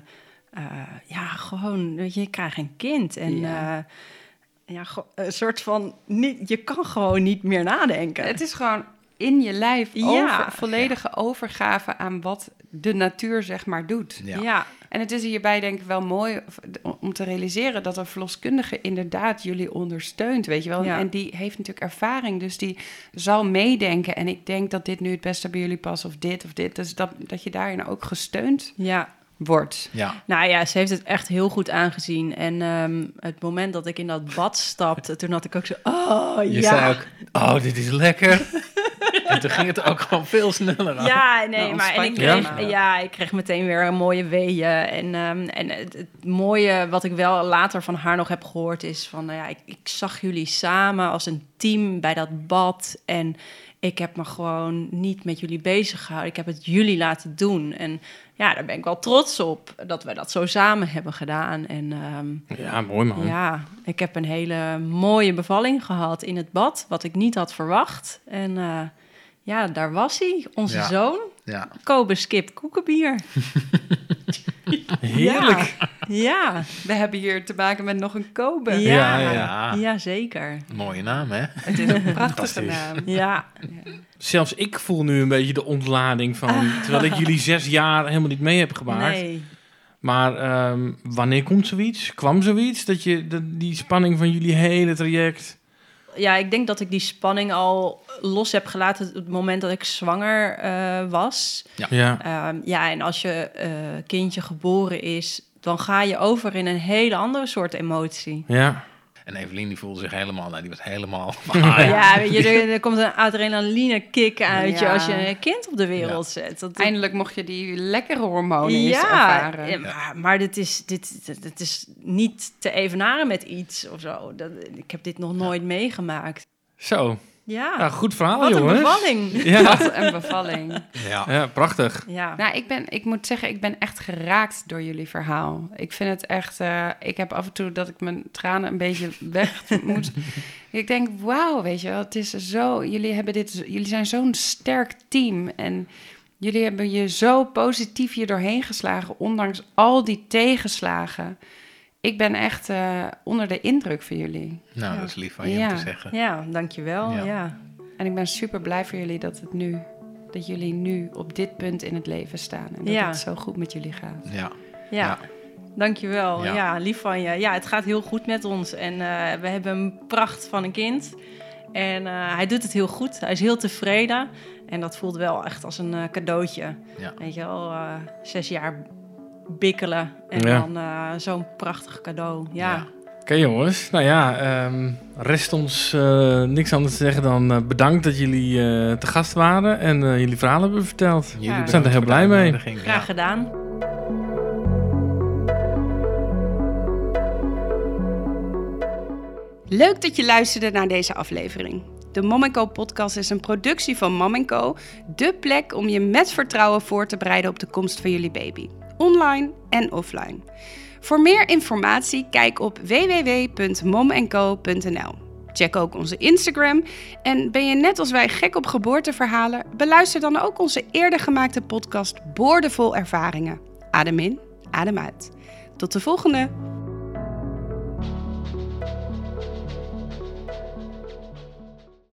gewoon, weet je, ik krijg een kind. En een soort van... je kan gewoon niet meer nadenken. Het is gewoon in je lijf volledige overgave aan wat de natuur zeg maar doet. Ja. En het is hierbij denk ik wel mooi om te realiseren dat een verloskundige inderdaad jullie ondersteunt, weet je wel. Ja. En die heeft natuurlijk ervaring, dus die zal meedenken. En ik denk dat dit nu het beste bij jullie past of dit. Dus dat je daarin ook gesteund wordt. Ja. Nou ja, ze heeft het echt heel goed aangezien. En het moment dat ik in dat bad stapte, toen had ik ook zo... Je zei ook, dit is lekker. En toen ging het ook gewoon veel sneller aan. Ja, nee, ik kreeg meteen weer een mooie weeën. En het mooie wat ik wel later van haar nog heb gehoord is van... ik zag jullie samen als een team bij dat bad. En ik heb me gewoon niet met jullie bezig gehouden. Ik heb het jullie laten doen. En daar ben ik wel trots op dat we dat zo samen hebben gedaan. En, mooi man. Ja, ik heb een hele mooie bevalling gehad in het bad, wat ik niet had verwacht. En daar was hij, onze zoon. Ja. Kobus Kip Koekenbier. Heerlijk. Ja. We hebben hier te maken met nog een Kobe. Ja, zeker. Mooie naam, hè? Het is een prachtige naam. Ja. Zelfs ik voel nu een beetje de ontlading van... terwijl ik jullie 6 jaar helemaal niet mee heb gemaakt. Nee. Maar wanneer komt zoiets? Kwam zoiets? Dat je die spanning van jullie hele traject... Ja, ik denk dat ik die spanning al los heb gelaten op het moment dat ik zwanger was. En als je kindje geboren is, dan ga je over in een hele andere soort emotie. Ja. En Evelien die voelde zich helemaal... die was helemaal... weet je, er komt een adrenaline-kick uit je als je een kind op de wereld zet. Eindelijk mocht je die lekkere hormonen ervaren. Maar dit is niet te evenaren met iets of zo. Ik heb dit nog nooit meegemaakt. Zo. Ja, goed verhaal, wat jongens. Een bevalling. Ja. Wat een bevalling. Ja, prachtig. Ja. Nou, ik moet zeggen, ik ben echt geraakt door jullie verhaal. Ik vind het echt... ik heb af en toe dat ik mijn tranen een beetje weg moet... Ik denk, wauw, weet je wel, het is zo... Jullie zijn zo'n sterk team en... Jullie hebben je zo positief hier doorheen geslagen, ondanks al die tegenslagen. Ik ben echt onder de indruk van jullie. Nou, dat is lief van je om te zeggen. Ja, dankjewel. Ja. En ik ben super blij voor jullie dat jullie nu op dit punt in het leven staan. En dat het zo goed met jullie gaat. Ja. Dankjewel. Ja, lief van je. Ja, het gaat heel goed met ons. En we hebben een pracht van een kind. En hij doet het heel goed. Hij is heel tevreden. En dat voelt wel echt als een cadeautje. Ja. Weet je wel, 6 jaar bikkelen. En dan zo'n prachtig cadeau. Ja. Oké, jongens. Nou ja, rest ons niks anders te zeggen dan bedankt dat jullie te gast waren. En jullie verhalen hebben verteld. We zijn er heel blij mee. Graag gedaan. Leuk dat je luisterde naar deze aflevering. De Mom & Co podcast is een productie van Mom & Co. De plek om je met vertrouwen voor te bereiden op de komst van jullie baby. Online en offline. Voor meer informatie kijk op www.momandco.nl. Check ook onze Instagram. En ben je net als wij gek op geboorteverhalen? Beluister dan ook onze eerder gemaakte podcast Boordevol Ervaringen. Adem in, adem uit. Tot de volgende!